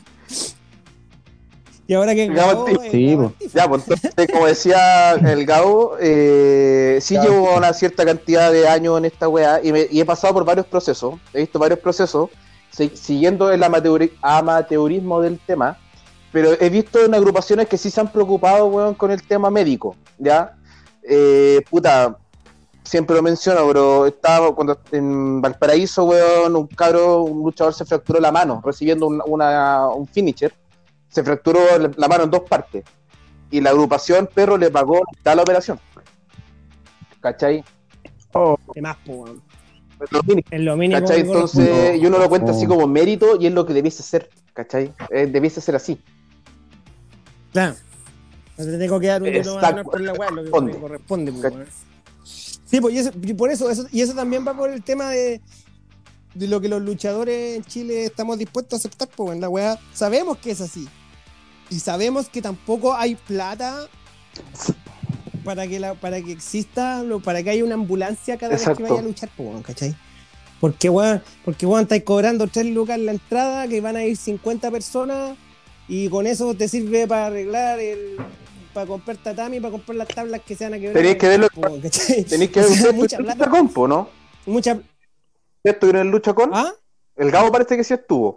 Y ahora que el Gabo Gabo, Antifa. es Sí, Gabo pues. Antifa. Ya, pues entonces, como decía el Gabo, eh, sí Gabo llevo Antifa. una cierta cantidad de años en esta weá y, me- y he pasado por varios procesos, he visto varios procesos, si- siguiendo el amateuri- amateurismo del tema, pero he visto en agrupaciones que sí se han preocupado, weón, con el tema médico, ¿ya? Eh, puta, siempre lo menciono, pero estaba cuando en Valparaíso, weón, un cabro, un luchador se fracturó la mano recibiendo un, una- un finisher, se fracturó la mano en dos partes y la agrupación Perro le pagó toda la operación, ¿cachai? Oh, De más, pues, weón. Es lo mínimo, Es lo mínimo. ¿cachai? que corresponde. Entonces, y uno lo cuenta así Oh. como mérito y es lo que debiese ser, ¿cachai? Eh, debiese ser así. Claro. No te tengo que dar un Exacto. diploma de honor por la weá, lo que Corresponde. corresponde, pues, Cacho. weón. Sí, pues y eso, y por eso, eso, y eso también va por el tema de, de lo que los luchadores en Chile estamos dispuestos a aceptar, pues en la weá sabemos que es así. Y sabemos que tampoco hay plata para que la, para que exista, lo- para que haya una ambulancia cada vez Exacto. que vaya a luchar, pues, weón, ¿cachai? Porque weón, porque weón, estáis cobrando tres lucas en la entrada, que van a ir cincuenta personas, y con eso te sirve para arreglar el. Para comprar tatami, para comprar las tablas que se van a quebrar. Tenéis que ver lo- po, ¿cachai? Tenéis que O ver sea, ustedes mucha en plata. lucha con, po, ¿no? Mucha. ¿Ustedes estuvieron en lucha con? ¿Ah? El Gabo parece que sí estuvo.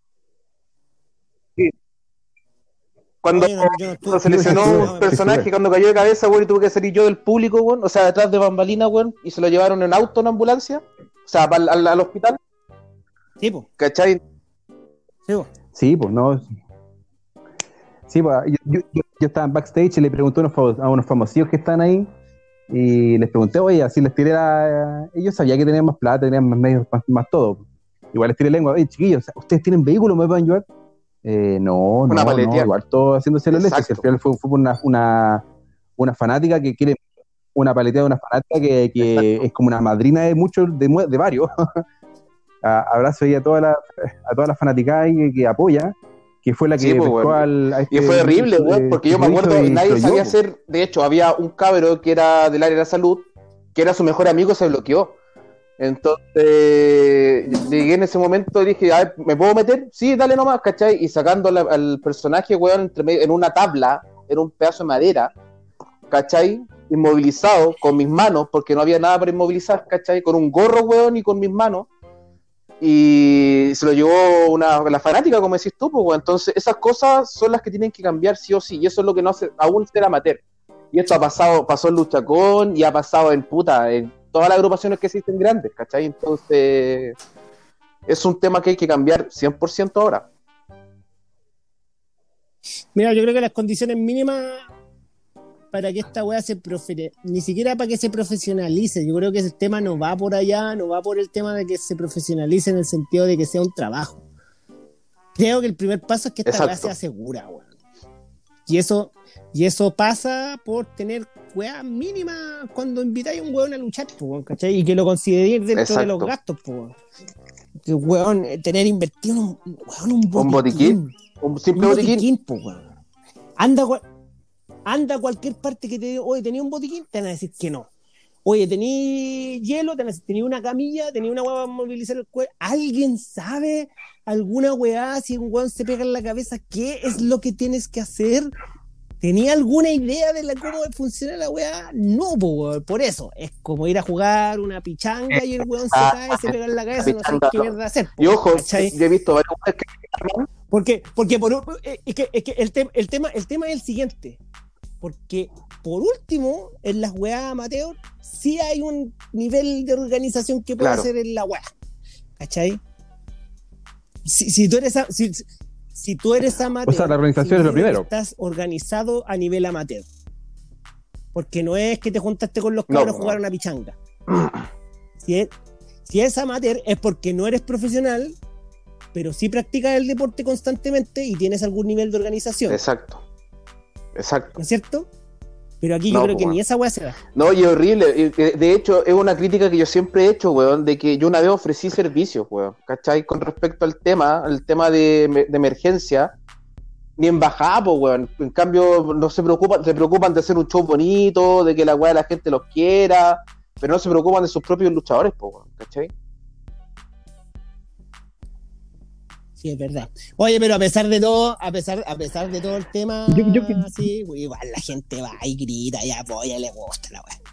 Sí. Cuando, No, yo no- yo no estuve. cuando se lesionó Sí, un sí, personaje, sí. cuando cayó de cabeza, weón, y tuve que salir yo del público, weón, o sea, detrás de bambalina, weón, y se lo llevaron en auto, en ambulancia, o sea, para, al, al hospital, Sí, po. ¿cachai? Sí, po. sí, pues no. Sí, pues yo, yo, yo- yo estaba en backstage y le pregunté a unos, famo- a unos famosillos que están ahí y les pregunté, oye, así les tiré la... Ellos sabían que tenían más plata, tenían más medios, más, más todo. Igual les tiré lengua, oye, chiquillos, ¿ustedes tienen vehículo? ¿Me pueden llevar? Eh, no, Una no, no, paletía. igual todo haciéndose la leche. Exacto. Si al final fue, fue por una, una, una fanática que quiere, una paleteada de una fanática que, que es como una madrina de muchos, de, mu- de varios. A- abrazo ahí a toda la, a toda la fanaticada ahí que, que apoya, que fue la que Sí, pues, pescó weón. al, a este Y fue horrible, eh, weón, porque yo me hizo acuerdo, y nadie lo sabía llevó, hacer, de hecho, había un cabro que era del área de la salud, que era su mejor amigo, se bloqueó. Entonces, llegué en ese momento y dije, a ver, ¿me puedo meter? Sí, dale nomás, ¿cachai? Y sacando la- al personaje, weón, entre medio- en una tabla, era un pedazo de madera, ¿cachai? Inmovilizado con mis manos, porque no había nada para inmovilizar, ¿cachai? Con un gorro, weón, y con mis manos. Y se lo llevó una, la fanática, como decís tú, pues, weón. Entonces, esas cosas son las que tienen que cambiar sí o sí, y eso es lo que no hace aún ser amateur. Y esto ha pasado, pasó en Luchacón y ha pasado en puta, en todas las agrupaciones que existen grandes, ¿cachai? Entonces, es un tema que hay que cambiar cien por ciento ahora. Mira, yo creo que las condiciones mínimas para que esta weá se profe- ni siquiera para que se profesionalice. Yo creo que el tema no va por allá, no va por el tema de que se profesionalice en el sentido de que sea un trabajo. Creo que el primer paso es que esta weá Exacto. sea segura, weón. Y eso, y eso pasa por tener weá mínima cuando invitáis a un weón a luchar, po, weón, ¿cachai? Y que lo consideréis dentro Exacto. de los gastos, po, weón. Que, weón, tener invertido en un, weón, un botiquín. Un botiquín, un simple Un botiquín. botiquín, po, weón. Anda, cua- anda a cualquier parte que te diga, oye, ¿tenía un botiquín? Te van a decir que no. Oye, ¿tení hielo? Te van a decir, ¿tenía una camilla? ¿Tenía una weá para movilizar el cuerpo? ¿Alguien sabe alguna weá? Si un weón se pega en la cabeza, ¿qué es lo que tienes que hacer? ¿Tenía alguna idea de la, cómo funciona la weá? No, po, weón. Por eso, es como ir a jugar una pichanga y el weón se cae, se pega en la cabeza, no sabe qué mierda hacer. po, Y ojo, ¿cachai? yo he visto varios weones que Porque, porque por, u- eh, es que, es que el, tem- el, tema, el tema es el siguiente. Porque, por último, en las weas amateur, sí hay un nivel de organización que puede Claro. hacer en la wea. ¿Cachai? Si, si tú eres a- si, si tú eres amateur, O sea, la organización es lo significa que primero. estás organizado a nivel amateur. Porque no es que te juntaste con los No, cabros a no. jugar una pichanga. Si es, si es amateur, es porque no eres profesional, pero sí practicas el deporte constantemente y tienes algún nivel de organización, Exacto. Exacto. ¿no es cierto? Pero aquí No, yo creo pues, que bueno. ni esa weá se da. No, y es horrible. y que, De hecho, es una crítica que yo siempre he hecho, weón, de que yo una vez ofrecí servicios, weón, ¿cachai? Con respecto al tema, al tema de, de emergencia, ni en bajada, pues, weón. En cambio, no se preocupan, se preocupan de hacer un show bonito, de que la weá de la gente los quiera, pero no se preocupan de sus propios luchadores, pues, weón, ¿cachai? Sí, es verdad. Oye, pero a pesar de todo, a pesar, a pesar de todo el tema, Yo- yo- sí, igual la gente va y grita y apoya, le gusta la weá.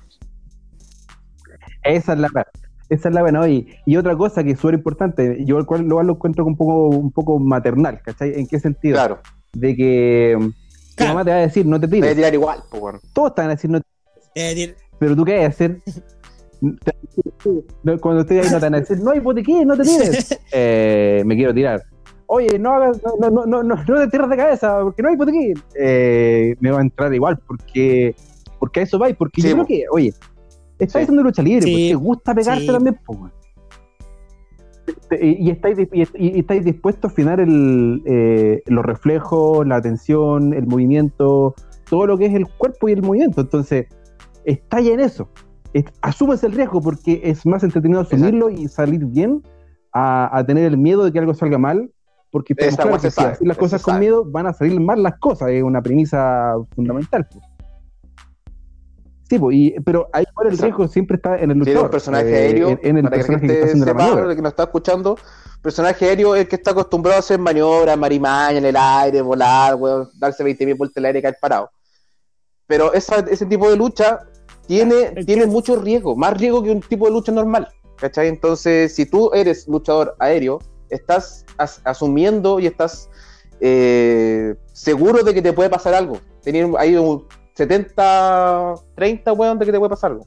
Esa es la verdad. Esa es la buena. Y, y otra cosa que es súper importante, yo al cual lo, lo encuentro un poco, un poco maternal, ¿cachai? ¿En qué sentido? Claro. De que mm, tu Claro. mamá te va a decir, no te Debe tires. tirar igual, pues, weón. Todos te van a decir, no te Es decir, pero tú qué vas a hacer. Te- no, cuando estés ahí no te van a decir, no hay botiquín, no te tires. Eh, me quiero tirar. Oye, no hagas, no, no, no, no, no te tires de cabeza, porque no hay botiquín. Eh, me va a entrar igual, porque, porque a eso va, y porque Sí, yo po. creo que, oye, estás Sí. haciendo lucha libre, Sí. porque te gusta pegarse Sí. también, po, weón. Te- y, y estáis dis- y, y estáis dispuestos a afinar el, eh, los reflejos, la atención, el movimiento, todo lo que es el cuerpo y el movimiento. Entonces, estáis en eso. Es- asumes el riesgo porque es más entretenido asumirlo y salir bien a, a tener el miedo de que algo salga mal, porque estamos Esa claros weá que se si sabe, haces las eso cosas se con sabe. miedo van a salir mal las cosas, es una premisa fundamental. Pues. Sí, pues, y, pero ahí por el Exacto. riesgo siempre está en el Si luchador, eres un personaje eh, aéreo, en, en el para que la personaje que está gente haciendo la sepa, maniobra. el que nos está escuchando, personaje aéreo es el que está acostumbrado a hacer maniobras, marimaña en el aire, volar, weón, darse veinte mil vueltas en el aire y caer parado. Pero esa, ese tipo de lucha tiene, El tiene que- mucho riesgo, más riesgo que un tipo de lucha normal, ¿cachai? Entonces, si tú eres luchador aéreo, estás as- asumiendo y estás eh, seguro de que te puede pasar algo. Tenía ahí un setenta treinta, weón, de que te puede pasar algo.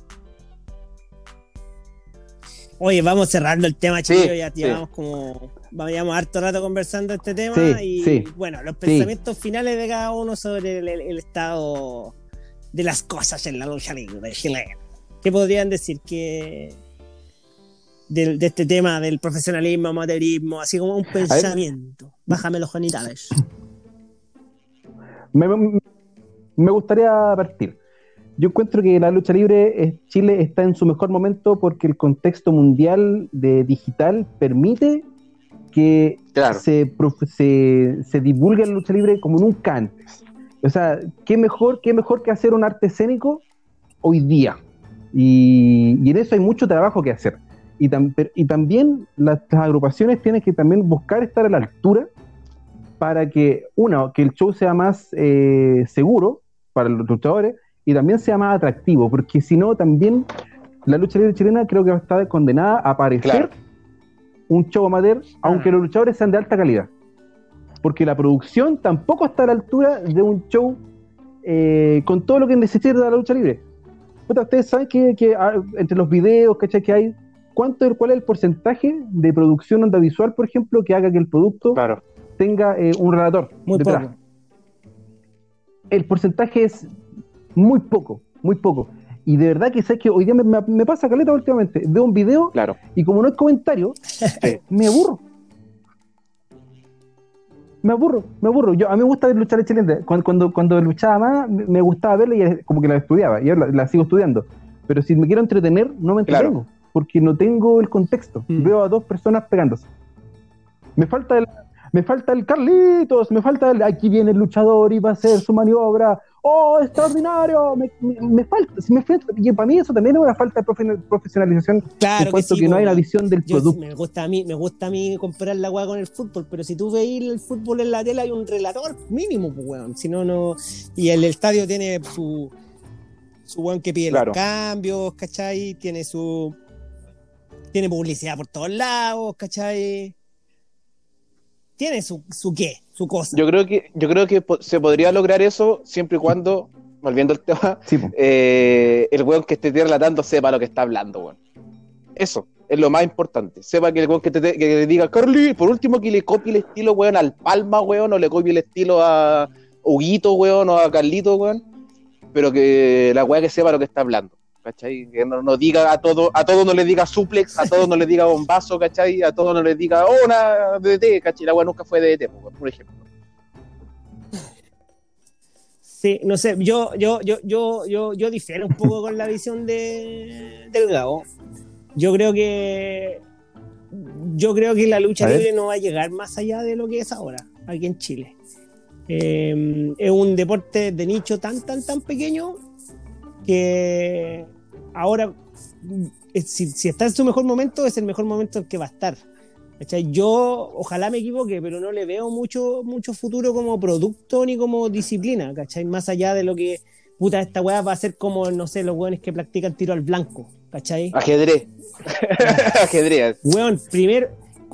oye, vamos cerrando el tema, Sí, chiquillos, ya sí. llevamos como, vamos harto rato conversando este tema Sí, y sí. bueno, los Sí. pensamientos finales de cada uno sobre el, el- el estado de las cosas en la lucha libre chilena. ¿Qué podrían decir que del- de este tema del profesionalismo, amateurismo, así como un pensamiento? Bájame los genitales. Me, me- me gustaría partir. Yo encuentro que la lucha libre, es- Chile está en su mejor momento porque el contexto mundial de digital permite que Claro. se, prof- se, se divulgue la lucha libre como nunca antes. O sea, ¿qué mejor, qué mejor que hacer un arte escénico hoy día? Y, y en eso hay mucho trabajo que hacer. Y, tam- per- y también las, las agrupaciones tienen que también buscar estar a la altura para que, una, que el show sea más eh, seguro para los luchadores y también sea más atractivo, porque si no, también la lucha libre chilena creo que va a estar condenada a parecer Claro. un show amateur, aunque Ah. los luchadores sean de alta calidad. Porque la producción tampoco está a la altura de un show eh, con todo lo que necesita la lucha libre. Puta, ustedes saben que, que ah, entre los videos, ¿cachai? Que hay, ¿cuánto, ¿cuál es el porcentaje de producción audiovisual, por ejemplo, que haga que el producto Claro. tenga eh, un relator Muy detrás? poco. El porcentaje es muy poco, muy poco. Y de verdad que sabes que hoy día me, me, me pasa caleta últimamente. Veo un video Claro. y como no hay comentario, me aburro. Me aburro, me aburro. Yo, a mí me gusta ver luchar chilena. Cuando, cuando, cuando luchaba más, me me gustaba verla y como que la estudiaba. Y ahora la, la sigo estudiando. Pero si me quiero entretener, no me entretengo. Claro. Porque no tengo el contexto. Mm. Veo a dos personas pegándose. Me falta el, me falta el Carlitos, me falta el, aquí viene el luchador y va a hacer su maniobra. ¡Oh, extraordinario! Me, me, me falta, si me falta, y para mí eso también es una falta de profe- profesionalización. Claro en que cuanto sí, que no po, hay una weón. visión del Yo, producto. me gusta a mí, me gusta a mí comparar la weá con el fútbol, pero si tú veis el fútbol en la tele hay un relator mínimo, pues weón. Si no, no. Y el estadio tiene su su weón que pide Claro. los cambios, ¿cachai? Tiene su. Tiene publicidad por todos lados, ¿cachai? Tiene su, su qué, su cosa. Yo creo que, yo creo que po- se podría lograr eso siempre y cuando, volviendo al tema, Sí, po. eh, el weón que esté relatando sepa lo que está hablando, weón. Eso es lo más importante. Sepa que el weón que te, que le diga, Carly, por último que le copie el estilo, weón, al Palma, weón, o le copie el estilo a Huguito, weón, o a Carlito, weón. Pero que la weá que sepa lo que está hablando. ¿Cachai? Que no, no diga a todo, a todo no le diga suplex, a todo no le diga bombazo, ¿cachai? A todo no le diga, oh, una D D T, ¿cachai? La weá nunca fue D D T, por por ejemplo. Sí, no sé, yo, yo, yo, yo, yo, yo difiero un poco con la visión de Delgado. Yo creo que yo creo que la lucha A ver. libre no va a llegar más allá de lo que es ahora, aquí en Chile. Eh, es un deporte de nicho tan, tan, tan pequeño que ahora, eh, si, si está en su mejor momento, es el mejor momento en que va a estar. ¿Cachai? Yo, ojalá me equivoque, pero no le veo mucho, mucho futuro como producto ni como disciplina, ¿cachai? Más allá de lo que, puta, esta weá va a ser como, no sé, los weones que practican tiro al blanco, ¿cachai? Ajedrez. Ajedrez. Weón, primero,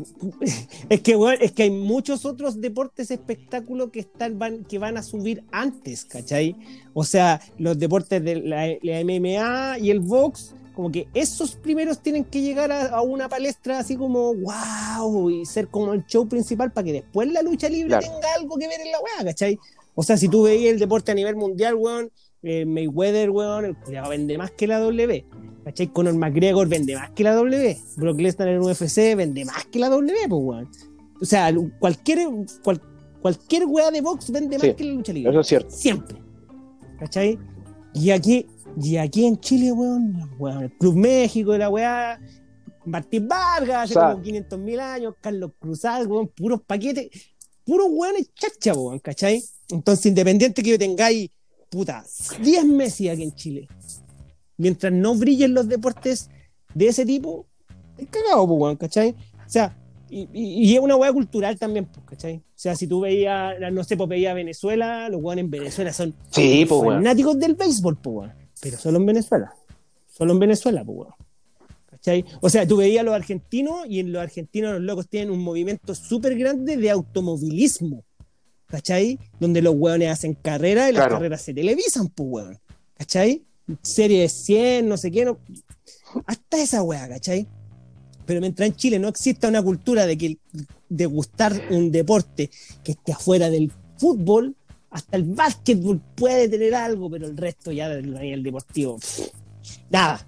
es que, weón, es que hay muchos otros deportes espectáculos que están, van, que van a subir antes, ¿cachai? O sea, los deportes de la, la M M A y el box, como que esos primeros tienen que llegar a, a una palestra así como wow y ser como el show principal para que después la lucha libre Claro. tenga algo que ver en la weá, ¿cachai? O sea, si tú veías el deporte a nivel mundial, weón, eh, Mayweather, weón, el culiao vende más que la W, ¿cachai? Conor McGregor vende más que la W, Brock Lesnar en U F C vende más que la W, pues, weón. O sea, cualquier, cual, cualquier weá de box vende más Sí, que la lucha libre. Eso es cierto. Siempre. ¿Cachai? Y aquí, y aquí en Chile, weón, weón, el Club México y la weá, Martín Vargas, hace O sea, como quinientos mil años, Carlos Cruzal, weón, puros paquetes, puros weones chacha, weón, ¿cachai? Entonces, independiente que yo tengáis, puta, diez Messi aquí en Chile, mientras no brillen los deportes de ese tipo, es cagado, pues, weón, ¿cachai? O sea, y, y, y es una weá cultural también, pues, ¿cachai? O sea, si tú veías, no sé, pues veías Venezuela, los weones en Venezuela son Sí, pues, weón. fanáticos del béisbol, pues, weón. Pero solo en Venezuela. Solo en Venezuela, pues, weón. ¿Cachai? O sea, tú veías a los argentinos y en los argentinos los locos tienen un movimiento súper grande de automovilismo. ¿Cachai? Donde los weones hacen carreras y las Claro. carreras se televisan, pues, weón. ¿Cachai? Serie de cien, no sé qué, no. Hasta esa weá, ¿cachai? Pero mientras en Chile no exista una cultura de que de gustar un deporte que esté afuera del fútbol, hasta el básquetbol puede tener algo, pero el resto ya del nivel deportivo, pff, nada.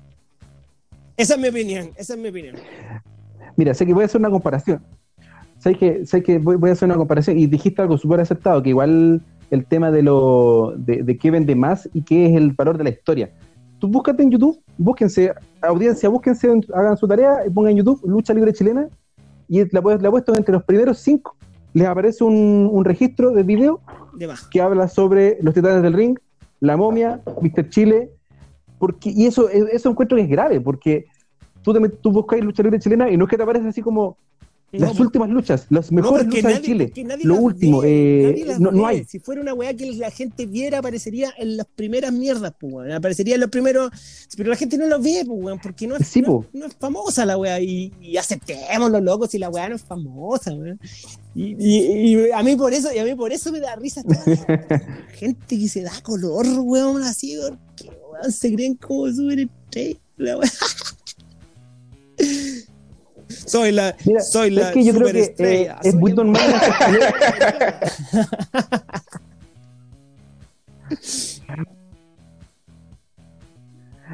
Esa es mi opinión, esa es mi opinión. Mira, sé que voy a hacer una comparación. Sé que, sé que voy, voy a hacer una comparación y dijiste algo súper acertado, que igual el tema de lo de, de qué vende más y qué es el valor de la historia. Tú búscate en YouTube, búsquense, audiencia, búsquense, hagan su tarea y pongan en YouTube Lucha Libre Chilena y la, la he puesto entre los primeros cinco. Les aparece un, un registro de video De más. que habla sobre los Titanes del Ring, La Momia, míster Chile, porque, y eso, eso encuentro que es grave, porque tú, te, tú buscas Lucha Libre Chilena y no es que te aparece así como las No, últimas luchas, las no, mejores porque luchas nadie- de Chile, porque nadie lo las último, ve, eh, nadie las no, no ve. hay. Si fuera una weá que la gente viera, aparecería en las primeras mierdas, pues, weón. Aparecería en los primeros. Pero la gente no lo ve, pues, weón, porque no es, Sí, no, po. no es famosa la weá. Y, y aceptemos los locos si la weá no es famosa, weón. Y, y, y a mí por eso, y a mí por eso me da risa esta gente que se da color, weón, así, porque weón, se creen como súper estrellas, la weá. Soy la, Mira, soy es la que yo creo que superestrella, eh, es soy muy el- normal en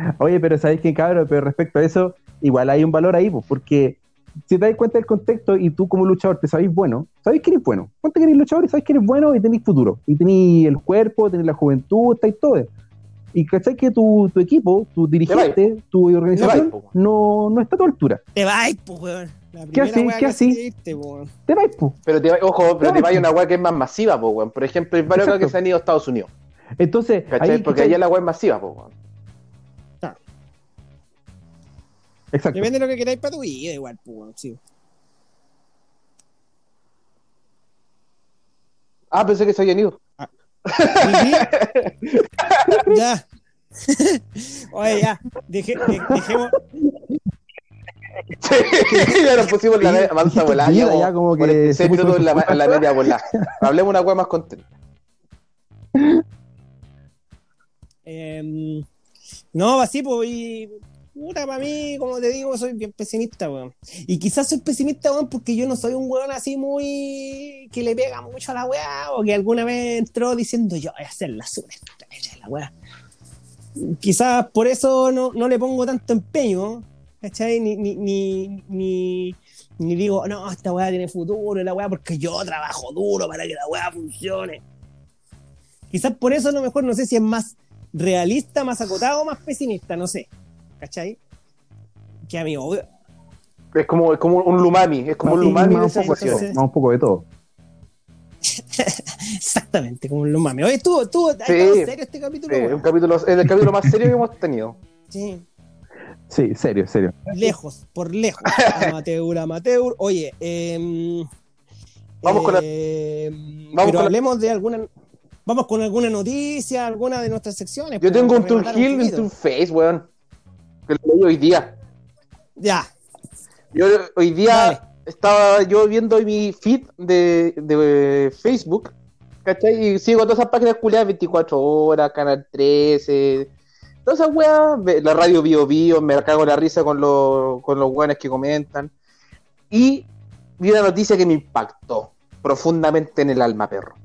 Oye, pero ¿sabéis qué, cabrón? Pero respecto a eso, igual hay un valor ahí, pues, porque si te das cuenta del contexto y tú como luchador te sabéis bueno, sabéis que eres bueno. Ponte que eres luchador y sabéis que eres bueno y tenéis futuro. Y tenéis el cuerpo, tenéis la juventud, estáis todo. Y cachai que tu, tu equipo, tu dirigente, tu organización, Te vais, po. no, no está a tu altura. Te vais, pues, weón. La ¿Qué primera así? weá ¿Qué que así? hiciste, weón. Te vais, pues. Pero te va- ojo, pero No, te vaya pues. una weá que es más masiva, po, weón. Por ejemplo, hay varios acá que Exacto. se han ido a Estados Unidos. Entonces, ¿Cachai? ahí, Porque ¿cachai? allá la weá es masiva, po, weón. Exacto. Depende de lo que queráis para tu vida, igual, pues, weón. Sí. Ah, pensé que se habían ido. Ujú. Ya. Oye, ya. Deje, de- dejemos. Sí, ya nos pusimos la media mansa volada. Mira, Llevamos ya como que cuarenta y se seis puso minutos en la, en su en la culpa. media volada. Hablemos una weá más contenta. Eh, no, así, pues, y. Puta, para mí, como te digo, soy bien pesimista, weón. Y quizás soy pesimista, weón, porque yo no soy un weón así muy. Que le pega mucho a la weá, o que alguna vez entró diciendo yo voy a hacer la superestrella de la weá. Quizás por eso no, no le pongo tanto empeño, ¿cachai? Ni, ni, ni, ni, ni digo, no, esta weá tiene futuro, la weá, porque yo trabajo duro para que la weá funcione. Quizás por eso a lo mejor no sé si es más realista, más acotado o más pesimista, no sé. ¿Cachai? Que a mí, obvio. Es como, es como un lumami, es como un Sí, lumami de más, un poco, entonces- sensaciones. más un poco de todo. Exactamente, como los mames. Oye, estuvo, estuvo, ha Sí, estado serio este capítulo, Sí, weón. un capítulo, es el capítulo más serio que hemos tenido. Sí, Sí, serio, serio. lejos, por lejos. Amateur, amateur. Oye, eh, Vamos con la- eh, vamos pero con la- hablemos de alguna. Vamos con alguna noticia, alguna de nuestras secciones. Yo pues, tengo un para Tool rematar un Hill en poquito. tu face, weón. Que lo leí hoy día. Ya, Yo hoy día Dale. estaba yo viendo mi feed de, de Facebook, ¿cachai? Y sigo todas esas páginas culiadas, veinticuatro horas, Canal trece, todas esas weas, ve- la radio Bio Bio, me cago en la risa con los, con los weones que comentan. Y vi una noticia que me impactó profundamente en el alma, perro.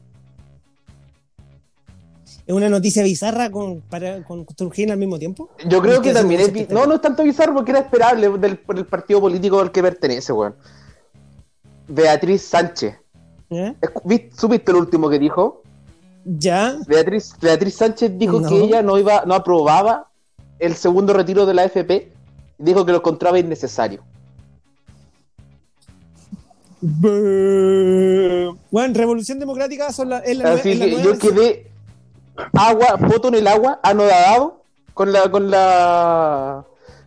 es una noticia bizarra con, para, con Turgín al mismo tiempo. Yo creo Es que que también eso es... no se bi- No, no es tanto bizarro porque era esperable del, por el partido político al que pertenece, weón. Beatriz Sánchez. ¿Ya? Escu- ¿viste- ¿Supiste lo último que dijo? Ya, Beatriz, Beatriz Sánchez dijo No. que ella no iba, no aprobaba el segundo retiro de la A F P. Dijo que lo encontraba innecesario. bueno, Revolución Democrática son la, es la, nue- Así es la que nueva yo versión. quedé agua, poto en el agua, anodado con la, con la.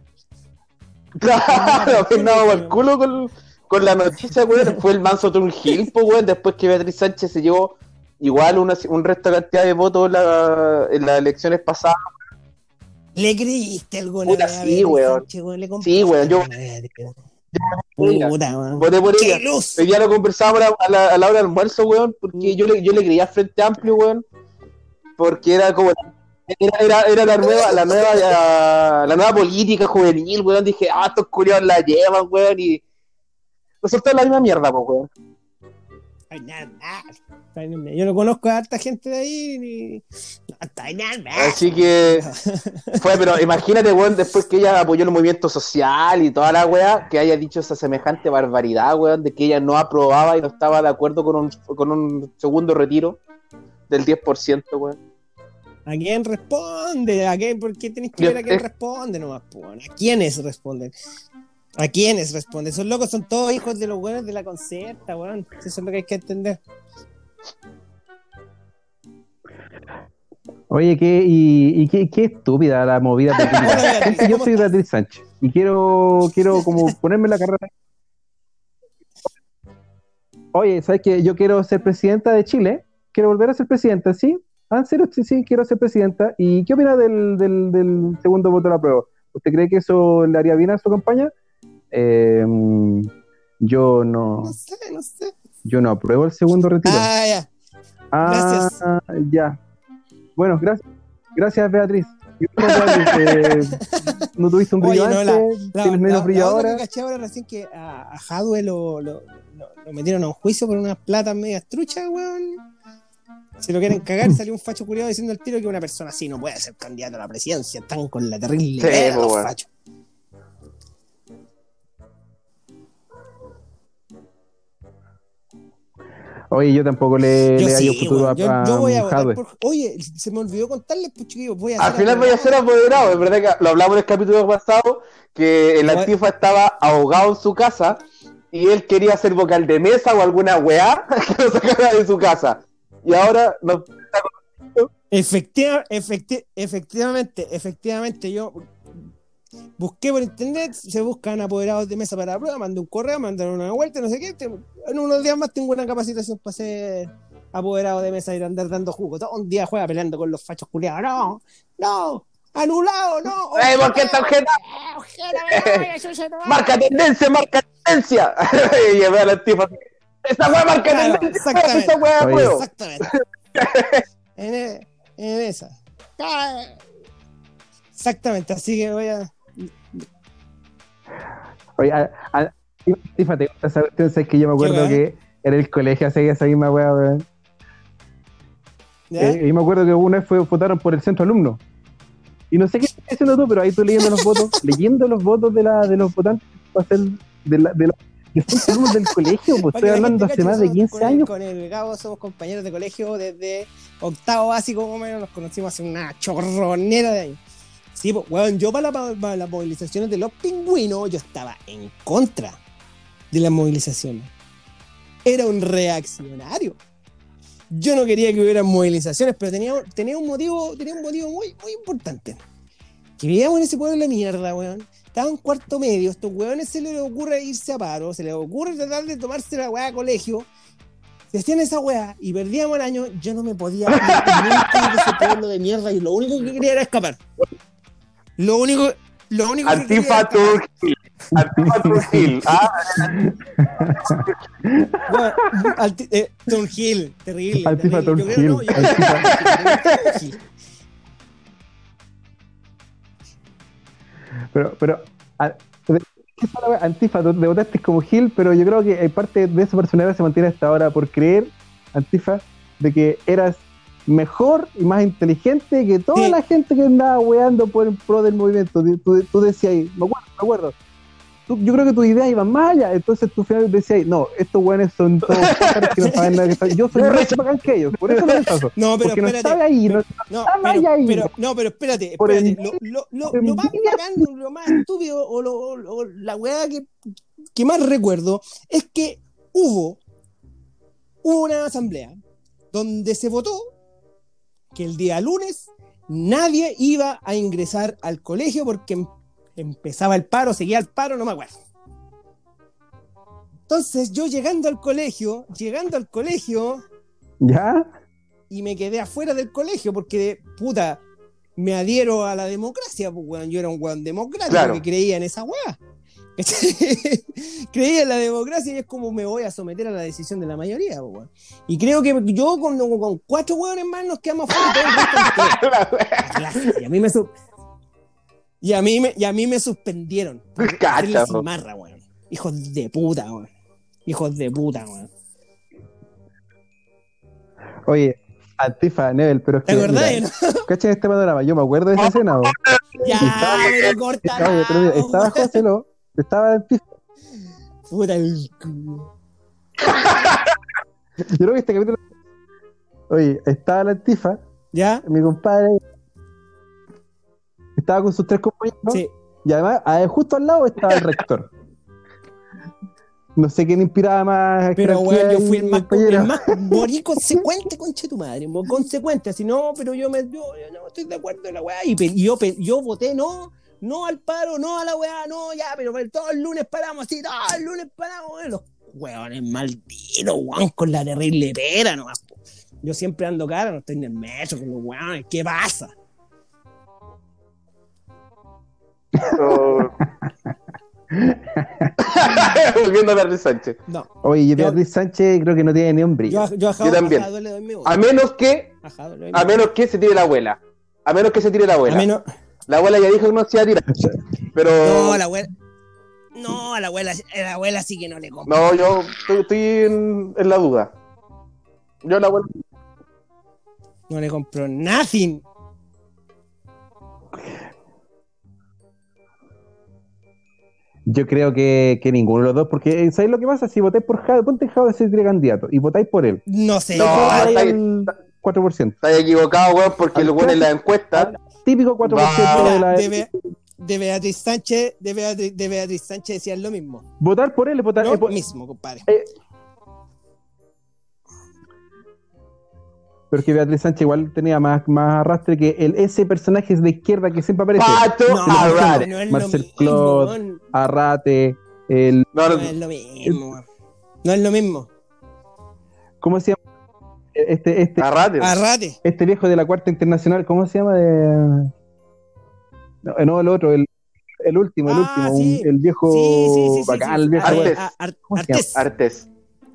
Claro, Con la- no, al culo con, con la noticia, weón. Fue el manso Hill, pues, weón. Después que Beatriz Sánchez se llevó igual una, un resto de cantidad de votos en, la, en las elecciones pasadas. ¿Le creíste alguna Puta, vez a sí, Beatriz weón. Sánchez, weón? ¿Le Sí, weón, yo- compraste alguna vez a Beatriz? Ella. Puta, weón. Voté por ¡Qué ella. luz! Hoy día lo conversábamos a la, a la, a la hora del almuerzo, weón, porque Mm. yo le, yo le creía al Frente Amplio, weón, porque era como era, era, era la nueva, la nueva, la, la nueva política juvenil, weón. Dije, ah, estos curiosos la llevan, weón, y resulta la misma mierda, pues, weón. Ay, nada, nada. Yo no conozco a harta gente de ahí. Ni... No, está nada, nada. Así que fue, pero imagínate, weón, después que ella apoyó el movimiento social y toda la weá, que haya dicho esa semejante barbaridad, weón, de que ella no aprobaba y no estaba de acuerdo con un, con un segundo retiro del diez por ciento, weón. ¿A quién responde? ¿A quién? ¿Por qué tenés que Yo- ver a quién eh. responde nomás, po? ¿A quiénes responden? ¿A quiénes responden? Esos locos son todos hijos de los buenos de la concerta, weón. Eso es lo que hay que entender. Oye, qué, y, y qué, qué estúpida la movida Hola, política. Beatriz, Gente, yo ¿cómo soy estás? Beatriz Sánchez y quiero, quiero como ponerme la carrera. Oye, ¿sabes qué? Yo quiero ser presidenta de Chile. Quiero volver a ser presidenta, ¿sí? Ah, ¿en serio? Sí, sí, quiero ser presidenta. ¿Y qué opina del, del, del segundo voto de la prueba? ¿Usted cree que eso le haría bien a su campaña? Eh, yo no, No sé, no sé. yo no apruebo el segundo retiro. Ah, ya. Ah, gracias. ya. Bueno, gracias, gracias Beatriz. Y bueno, Beatriz, eh, no tuviste un brillo Oye, no, antes, La, tienes menos la- brillo la otra ahora. que caché ahora recién que a, a Jadwe lo, lo, lo- lo metieron a un juicio por unas platas medias truchas, weón. Si lo quieren cagar, salió un facho culiado diciendo al tiro que una persona así no puede ser candidato a la presidencia. Están con la terrible Sí, idea, pues, los bueno. fachos. Oye, yo tampoco le, Yo le hallo sí, futuro weón. yo, a, a yo voy a votar Jadwe. por. Oye, se me olvidó contarles, pues chiquillos, voy a Al ser final voy a ser apoderado, es verdad que lo hablamos en el capítulo pasado, que el Igual- Antifa estaba ahogado en su casa y él quería ser vocal de mesa o alguna weá que lo sacara de su casa. Y ahora nos... Efectiva, efecti- efectivamente, efectivamente, yo busqué por internet, se buscan apoderados de mesa para la prueba, mandé un correo, mandaron una vuelta, no sé qué. te- En unos días más tengo una capacitación para ser apoderado de mesa y andar dando jugo. Todo un día juega peleando con los fachos culiados. No, no, anulado, no. ¡Eh, por qué tarjeta! Eh, ojera, me vaya, chucha, no vaya. ¡Marca tendencia, marca tendencia! Y llevé al Antifa así, ¡esa weá marca Claro, tendencia! exactamente. ¡Esa weá Oye. apruebo! Exactamente. en, e- en esa. Ah, exactamente, así que voy a. Oye, a, a, fíjate, esa cuestión, sabes que yo me acuerdo weá? que en el colegio hacía esa misma weá, weón. ¿Ya? Eh, y me acuerdo que una vez fue, votaron por el centro alumno. Y no sé qué estás haciendo tú, pero ahí tú leyendo los votos, leyendo los votos de, la, de los votantes para ser de la, de los de centro alumnos del colegio, pues Para estoy que la hablando gente hace cache, más de somos- quince con el- años. Con el Gabo somos compañeros de colegio desde octavo básico, más o menos, nos conocimos hace una chorronera de años. Sí, pues, weón, yo para, la- para las movilizaciones de los pingüinos, yo estaba en contra de las movilizaciones. Era un reaccionario. Yo no quería que hubiera movilizaciones, pero tenía, tenía un motivo, tenía un motivo muy, muy importante. Que vivíamos en ese pueblo de mierda, weón. Estaba en cuarto medio, estos weones se les ocurre irse a paro, se les ocurre tratar de tomarse la weá a colegio. Si hacían esa weá y perdíamos el año, yo no me podía ir nunca de ese pueblo de mierda y lo único que quería era escapar. Lo único, lo único que quería era Antifa escapar. Turgil. Antifa Turgil. Ah, Bueno, alti- eh, Thornhill, terrible. Antifa terrible. Yo creo, Thornhill. no, yo creo- Thornhill. Pero, pero, a- ¿qué fue la wea? Antifa, tú te votaste como Gil, pero yo creo que hay parte de esa personalidad se mantiene hasta ahora por creer, Antifa, de que eras mejor y más inteligente que toda Sí. la gente que andaba weando por en pro del movimiento. Tú, tú- tú decías ahí, me acuerdo, me acuerdo. Tú- yo creo que tus ideas iban más allá, entonces tú final decías ahí, no, estos weones son todos pájaros que no saben nada que están. Yo soy más bacán que ellos, por eso lo rechazo. No, pero Porque no espérate. estaba ahí, no, No, Estaba pero, ahí. pero- no, pero espérate, Por espérate. envidia, Lo, lo, lo, por lo más envidia. bacán, lo más estúpido o, lo, o- o la weá que, que más recuerdo es que hubo una asamblea donde se votó que el día lunes nadie iba a ingresar al colegio porque em- empezaba el paro, seguía el paro, no me acuerdo. Entonces yo llegando al colegio, llegando al colegio, ¿ya? y me quedé afuera del colegio porque, puta, me adhiero a la democracia, pues, weón. Yo era un weón democrático Claro. que creía en esa weá. ¿Cachai? Creía en la democracia y es como me voy a someter a la decisión de la mayoría, pues, weón. Y creo que yo con, con cuatro weones más nos quedamos afuera y todo el resto nos quedó. la wea. Clase. Y a mí me su- y a mí me, y a mí me suspendieron. por Cacha, hacer la po. cimarra, weón. Hijos de puta, weón. Hijos de puta, weón. Oye, Antifa, Nebel, pero es ¿Te que, acordás, mira, no? ¿cachai este panorama? Yo me acuerdo de esa escena, bo. Ya, Estaba- pero corta. Oye, pero mira, estaba José Lo, estaba Antifa. Puta el culo. Yo creo que este capítulo. Oye, estaba la Antifa, ¿Ya? mi compadre. Estaba con sus tres compañeros. Sí. Y además, a- justo al lado estaba el rector. No sé quién inspiraba más. Pero, jerarquía weón, yo fui y el más, compañero. el más morí consecuente, conche tu madre. mo- Consecuente, así no, pero yo me yo, yo no estoy de acuerdo en la weá. Y, pe- y yo, pe- yo voté no, no al paro, no a la weá, no, ya, pero, pero todos los lunes paramos, sí, todos los lunes paramos, weón. Los weones malditos, weón, con la terrible pera nomás, po. Yo siempre ando cara, no estoy en el metro con los weones, ¿qué pasa? Oh. Volviendo a Beatriz Sánchez. No, Oye, y Yo- Beatriz Sánchez creo que no tiene ni un brillo. yo, yo a Jado, Yo también. a Jado le doy mi voto. A menos que, A Jado le doy mi a voto. menos que se tire la abuela. A menos que se tire la A abuela. menos- La abuela ya dijo que no se iba a tirar. Pero No, la abuela. No, a la abuela, a la abuela sí que no le compro. no, yo estoy, estoy en, en la duda. Yo la abuela. No le compró nothing. Yo creo que, que ninguno de los dos, porque ¿sabéis lo que pasa? Si votáis por Jade, ponte Jade ser candidato y votáis por él. No sé. No, compadre. está- el cuatro por ciento. Estás equivocado, weón, porque Al el weón en la encuesta. Típico cuatro por ciento Va. de la... de, Be- de Beatriz Sánchez, de Beatriz, de Beatriz Sánchez decían lo mismo. Votar por él es votar... Lo es vo- mismo, compadre. Pero es que Beatriz Sánchez igual tenía más, más arrastre que el, ese personaje de izquierda que siempre aparece. Pato No, Arrate. no es lo Marcel mismo. Claude, weón. Arrate, el... No, No no, es lo mismo. weón. No es lo mismo. ¿Cómo se llama? Este, este, Arrate. Arrate. este viejo de la Cuarta Internacional, ¿cómo se llama? De... No, no, el otro, el, el último, el Ah, último, sí. un- el viejo Sí, sí, sí, sí, bacán, sí. el viejo... Ar- Artés. Ar- Ar- ¿Cómo se llama? Artés. Artes.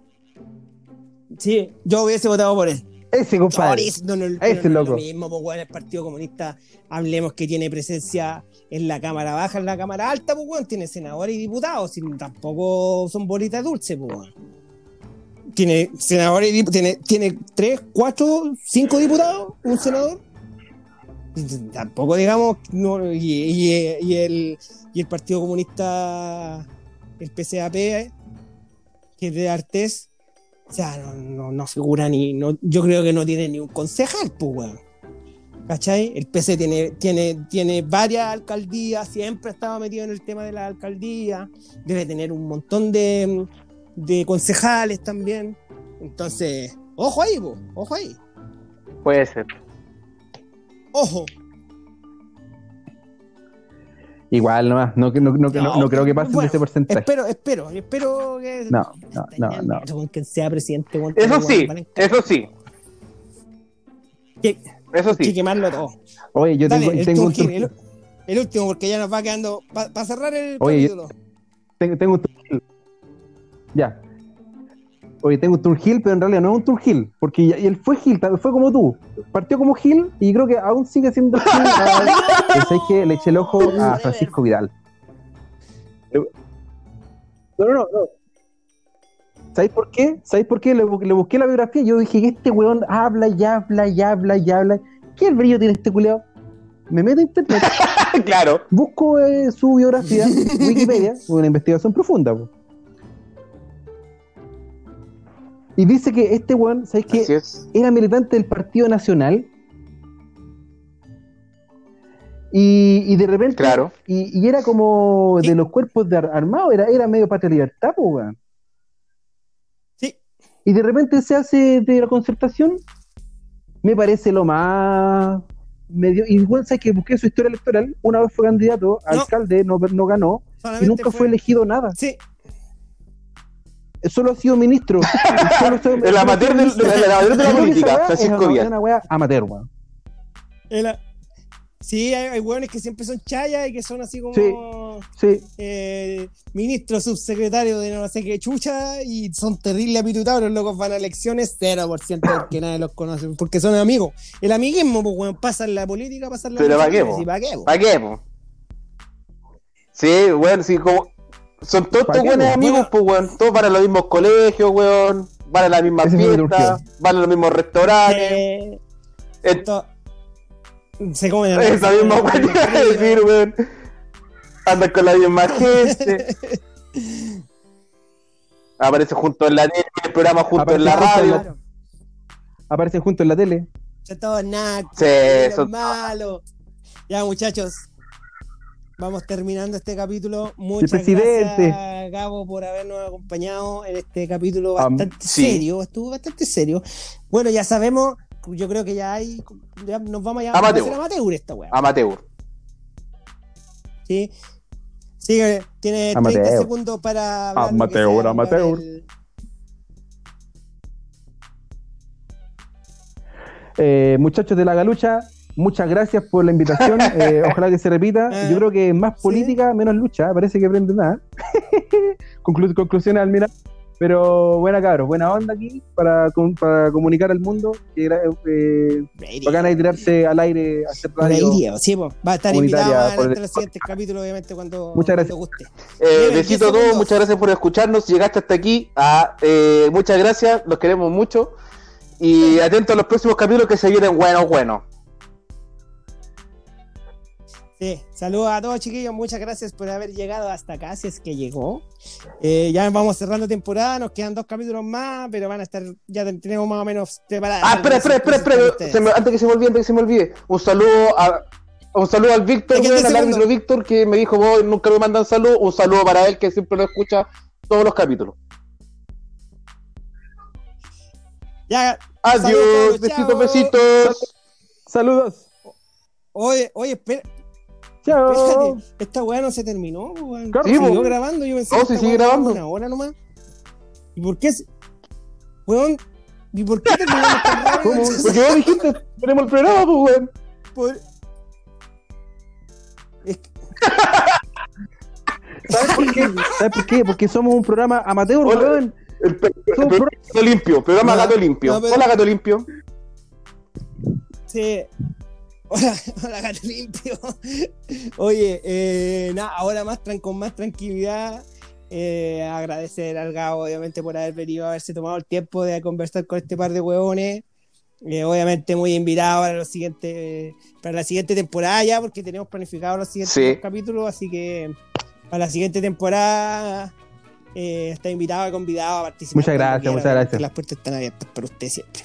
Sí, yo hubiese votado por él. Ese compadre. Choris, no, no, Ese pero no es loco. lo mismo, pues, weón, el Partido Comunista, hablemos que tiene presencia en la Cámara Baja, en la Cámara Alta, pues, weón, tiene senadores y diputados, y tampoco son bolitas dulces, pues, weón. Tiene senadores y dip- tiene, tiene tres, cuatro, cinco diputados, un senador. Y tampoco, digamos, no, y, y- y el, y el Partido Comunista, el P C A P, que es de Artés, o sea, no, no, no figura ni. No, yo creo que no tiene ni un concejal, pues, weón. ¿Cachai? El P C tiene, tiene, tiene varias alcaldías, siempre estaba metido en el tema de la alcaldía, debe tener un montón de, de concejales también. Entonces, ojo ahí, po, ojo ahí. Puede ser. Ojo. Igual nomás, no, no, no, no, no, no creo que pasen bueno, de ese porcentaje. Espero, espero, espero que. No, no, no, no. Con quien sea presidente. weón, Eso weón, sí, van a encar- eso sí, que- eso Hay que sí. quemarlo todo. Oye, yo Dale, tengo, el, tengo, un Turquín, Turquil, el, el último, porque ya nos va quedando. Para cerrar el Oye, capítulo. tengo, tengo un Turquil. Ya. Oye, tengo un Turquil, pero en realidad no es un Turquil, porque ya- y él fue Gil, tal- fue como tú. Partió como Gil y creo que aún sigue siendo Gil. Pensáis que le eché el ojo a Francisco Vidal. No, no, no. no. ¿Sabéis por qué? ¿Sabéis por qué? Le, bu- le busqué la biografía y yo dije que este weón habla y habla y habla y habla. ¿Qué brillo tiene este culiao? Me meto a internet, Claro. busco eh, su biografía, Wikipedia, una investigación profunda. Po. Y dice que este weón, ¿sabéis Así qué? es. Era militante del Partido Nacional. Y, y de repente, Claro. y, y era como Sí. de los cuerpos de ar- armados, era, era medio patria libertad, po, weón. Sí. Y de repente se hace de la concertación, me parece lo más medio. Y igual sabes que busqué su historia electoral, una vez fue candidato, No. alcalde, no, no ganó, y Solamente nunca fue elegido nada. Sí, Solo ha sido ministro. Solo fue- El amateur del- solo- el amateur de la Yo creo que política, esa weá Francisco es una- Vidal. es una wea amateur, weón. era- sí, hay, hay hueones que siempre son chayas y que son así como Sí. Sí. eh, ministro, subsecretario de no sé qué chucha y son terribles apitutados. Los locos van a elecciones, cero por ciento porque nadie los conoce, porque son amigos. El amiguismo, pues, weón, pasa en la política, pasa en la Pero ¿pa' qué, política, po? sí, ¿pa' qué, po? ¿Para qué, po? Sí, weón, sí, como. Son todos ¿Pa' estos qué, buenos po? amigos, pues, weón. Todos van a los mismos colegios, weón. Van a las mismas Ese fue mi fiestas, Turquía. van a los mismos restaurantes. Eh, Et- to- se comen Esa misma weón iba a decir, weón. Andan con la misma gente. Aparece junto en la tele, el programa junto Aparece en la junto en radio. la- Claro. Aparecen juntos en la tele. Ya todos nacos, Sí, los son- malos. Ya, muchachos, vamos terminando este capítulo. Muchas presidente. gracias, Gabo, por habernos acompañado en este capítulo Am- bastante sí. serio. Estuvo bastante serio. Bueno, ya sabemos, yo creo que ya hay. Ya nos vamos a Amateur. a hacer amateur esta weá. Amateur. ¿Sí? Sí, que tiene Amateur. treinta segundos para hablar lo que Amateur, sea, amateur. hablar el- Eh, muchachos de la Galucha, muchas gracias por la invitación. Eh, ojalá que se repita. Ah, Yo creo que más sí. política, menos lucha. Parece que aprende nada. Conclu- conclusiones al mirar. Pero buena cabros, buena onda aquí para, com- para comunicar al mundo. Que era, eh, Radio. bacán ahí tirarse al aire, hacer radio. Radio, sí, po. Va a estar comunitaria invitado por en el- los siguientes capítulos, obviamente, cuando, Muchas cuando gracias. guste. Eh, Bien, besito diez a todos, segundos. muchas gracias por escucharnos. Si llegaste hasta aquí, ah, eh, muchas gracias, los queremos mucho. Y atento a los próximos capítulos que se vienen buenos, buenos. Sí, saludos a todos, chiquillos. Muchas gracias por haber llegado hasta acá, si es que llegó. Eh, ya vamos cerrando temporada, nos quedan dos capítulos más, pero van a estar, ya tenemos más o menos preparadas. Ah, espera, espera, espera, espera. Se me- antes que se me olvide, antes que se me olvide. Un saludo a. Un saludo al Víctor, Aquí weón, está al segundo. árbitro Víctor, que me dijo, vos nunca me mandan salud. Un saludo para él, que siempre lo escucha todos los capítulos. Ya, Adiós, saludos, besitos, chao. besitos. Saludos. Oye, oye, espera, Chao. espérate, esta weá no se terminó, weón. Claro, Siguió po. grabando, yo pensé No, que sí, esta sigue weá duraba grabando. una hora nomás. ¿Y por qué? se- Weón, ¿y por qué terminamos tan rápido? ¿Cómo? Porque vos dijiste, tenemos el programa, pues, weón. Por- Es que- ¿Sabes por qué? ¿Sabes por qué? Porque somos un programa amateur, Hola. weón. El, pe- el Somos programa Gato Limpio, programa No, Gato Limpio. no, pero- Hola, Gato Limpio. Sí. Hola, hola, gato limpio. Oye, eh, nada, ahora más tran- con más tranquilidad. Eh, agradecer al Gabo, obviamente, por haber venido, haberse tomado el tiempo de conversar con este par de huevones. Eh, obviamente, muy invitado para los siguientes, para la siguiente temporada ya, porque tenemos planificados los siguientes Sí. dos capítulos, así que para la siguiente temporada eh, está invitado, convidado a participar. Muchas cuando gracias, quiera, muchas gracias. que las puertas están abiertas para usted siempre.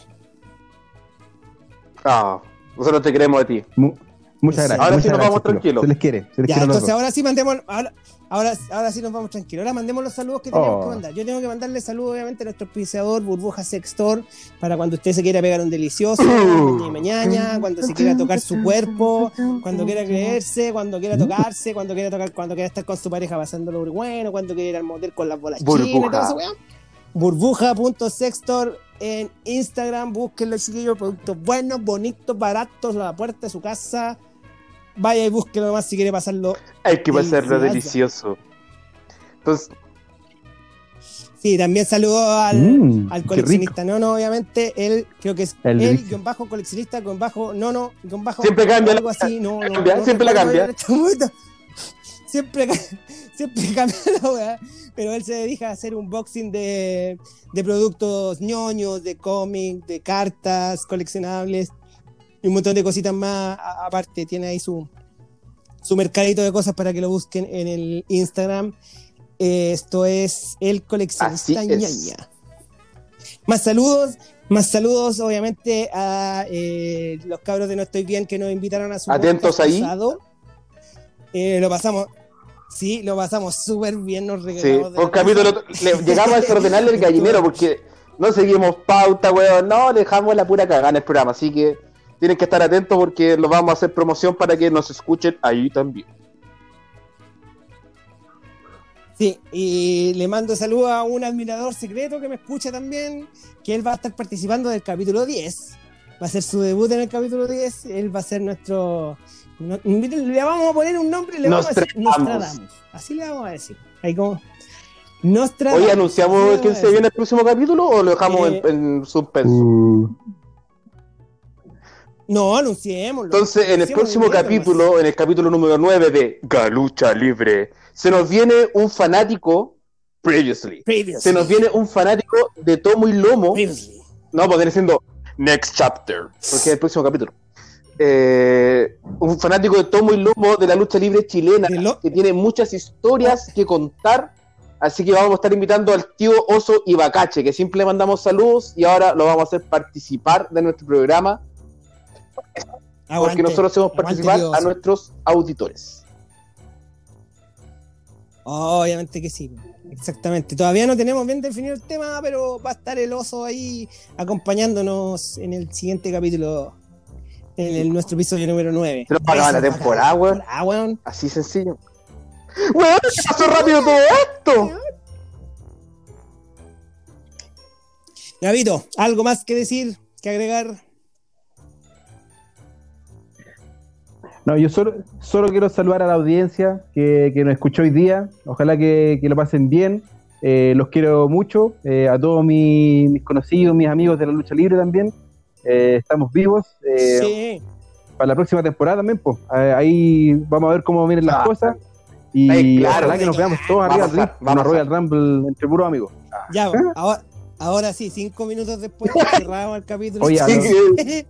Ah, nosotros te queremos de ti. Mu- muchas gracias. Ahora sí muchas nos vamos gracias, Pilo. tranquilos. Se les quiere, se les Ya, quiere a los entonces dos. ahora sí mandemos, ahora, ahora, ahora sí nos vamos tranquilos. Ahora mandemos los saludos que tenemos Oh. que mandar. Yo tengo que mandarle saludos obviamente a nuestro auspiciador Burbuja Sextor, para cuando usted se quiera pegar un delicioso, mañana y mañana, cuando se quiera tocar su cuerpo, cuando quiera creerse, cuando quiera tocarse, cuando quiera tocar, cuando quiera estar con su pareja pasándolo bueno, cuando quiera ir al motel con las bolas chinas y Burbuja. todo eso, weón. Burbuja.sextor en Instagram, búsquenlo, chiquillos, productos buenos, bonitos, baratos, a la puerta de su casa. Vaya y búsquelo nomás si quiere pasarlo. Hay que pasarlo Delicioso. delicioso. Entonces, Sí, también saludo al, Mm, al qué coleccionista Nono, obviamente. Él, creo que es El él, delicio. guión bajo coleccionista, guión bajo Nono, guión bajo. Siempre cambia la- algo así, no, no, cambia, no siempre la recuerdo cambia. en este momento. Siempre, ca- siempre cambia la weá. Pero él se dedica a hacer unboxing de, de productos ñoños, de cómics, de cartas coleccionables y un montón de cositas más. A- aparte, tiene ahí su, su mercadito de cosas para que lo busquen en el Instagram. Eh, esto es el coleccionista Así es. ñaña. Más saludos, más saludos, obviamente, a eh, los cabros de No Estoy Bien que nos invitaron a su Atentos podcast ahí. pasado. Eh, lo pasamos, sí, lo pasamos súper bien, nos sí, regalamos. de un la capítulo le- llegamos a desordenarle el gallinero porque no seguimos pauta, weón. No, le dejamos la pura cagada en el programa. Así que tienen que estar atentos porque lo vamos a hacer promoción para que nos escuchen ahí también. Sí, y le mando saludos a un admirador secreto que me escucha también, que él va a estar participando del capítulo diez. Va a ser su debut en el capítulo diez. Él va a ser nuestro... no- le vamos a poner un nombre, le vamos a decir Nostradamus. Nostradamus. Así le vamos a decir. Ahí como... Nostradamus. Hoy Así anunciamos le quién vamos a se viene decir. el próximo capítulo o lo dejamos Eh, en, en suspenso. Uh, No, anunciémoslo. Entonces, en el Anunciémoslo próximo inmediato, capítulo, en el capítulo número nueve de Galucha Libre, se nos viene un fanático, previously, Previously. se nos viene un fanático de tomo y lomo, Previously. no, podría siendo Next Chapter, porque es el próximo capítulo. Eh, un fanático de tomo y lomo de la lucha libre chilena, De lo- que tiene muchas historias que contar, así que vamos a estar invitando al tío Oso Ibacache, que siempre le mandamos saludos y ahora lo vamos a hacer participar de nuestro programa, Aguante, porque nosotros hacemos aguante, participar Dios. a nuestros auditores. Obviamente que sí, exactamente. Todavía no tenemos bien definido el tema, pero va a estar el oso ahí acompañándonos en el siguiente capítulo, en el, nuestro episodio número nueve. Se nos va a acabar la temporada, weón. Ah, weón. Así sencillo. ¡Weón, qué pasó rápido todo esto! Gabito, ¿algo más que decir, que agregar? No, yo solo, solo quiero saludar a la audiencia que, que nos escuchó hoy día. Ojalá que, que lo pasen bien. Eh, los quiero mucho. Eh, a todos mis, mis conocidos, mis amigos de la lucha libre también. Eh, estamos vivos. Eh, Sí. Para la próxima temporada también, pues. Eh, ahí vamos a ver cómo vienen las Ah, cosas. Y Ay, claro, ojalá que nos veamos todos va a arriba pasar, del ring, va a una pasar. Royal Rumble entre puros amigos. Ya, ahora, Ahora sí, cinco minutos después cerramos el capítulo. Oye, Sí, aló. que-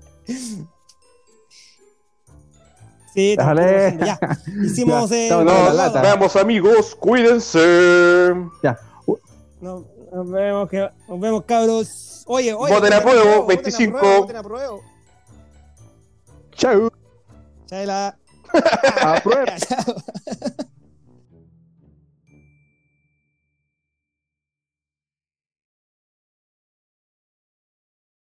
Sí, Déjale. tampoco, ya. Hicimos Ya, el. estamos con la Nos lata. vemos, amigos. Cuídense. Ya. Nos, nos vemos, que, nos vemos, cabros. Oye, oye. Voten a voten prueba, voten veinticinco. apruebo, voten apruebo. Chau. Chaela. Aprueba. Chao.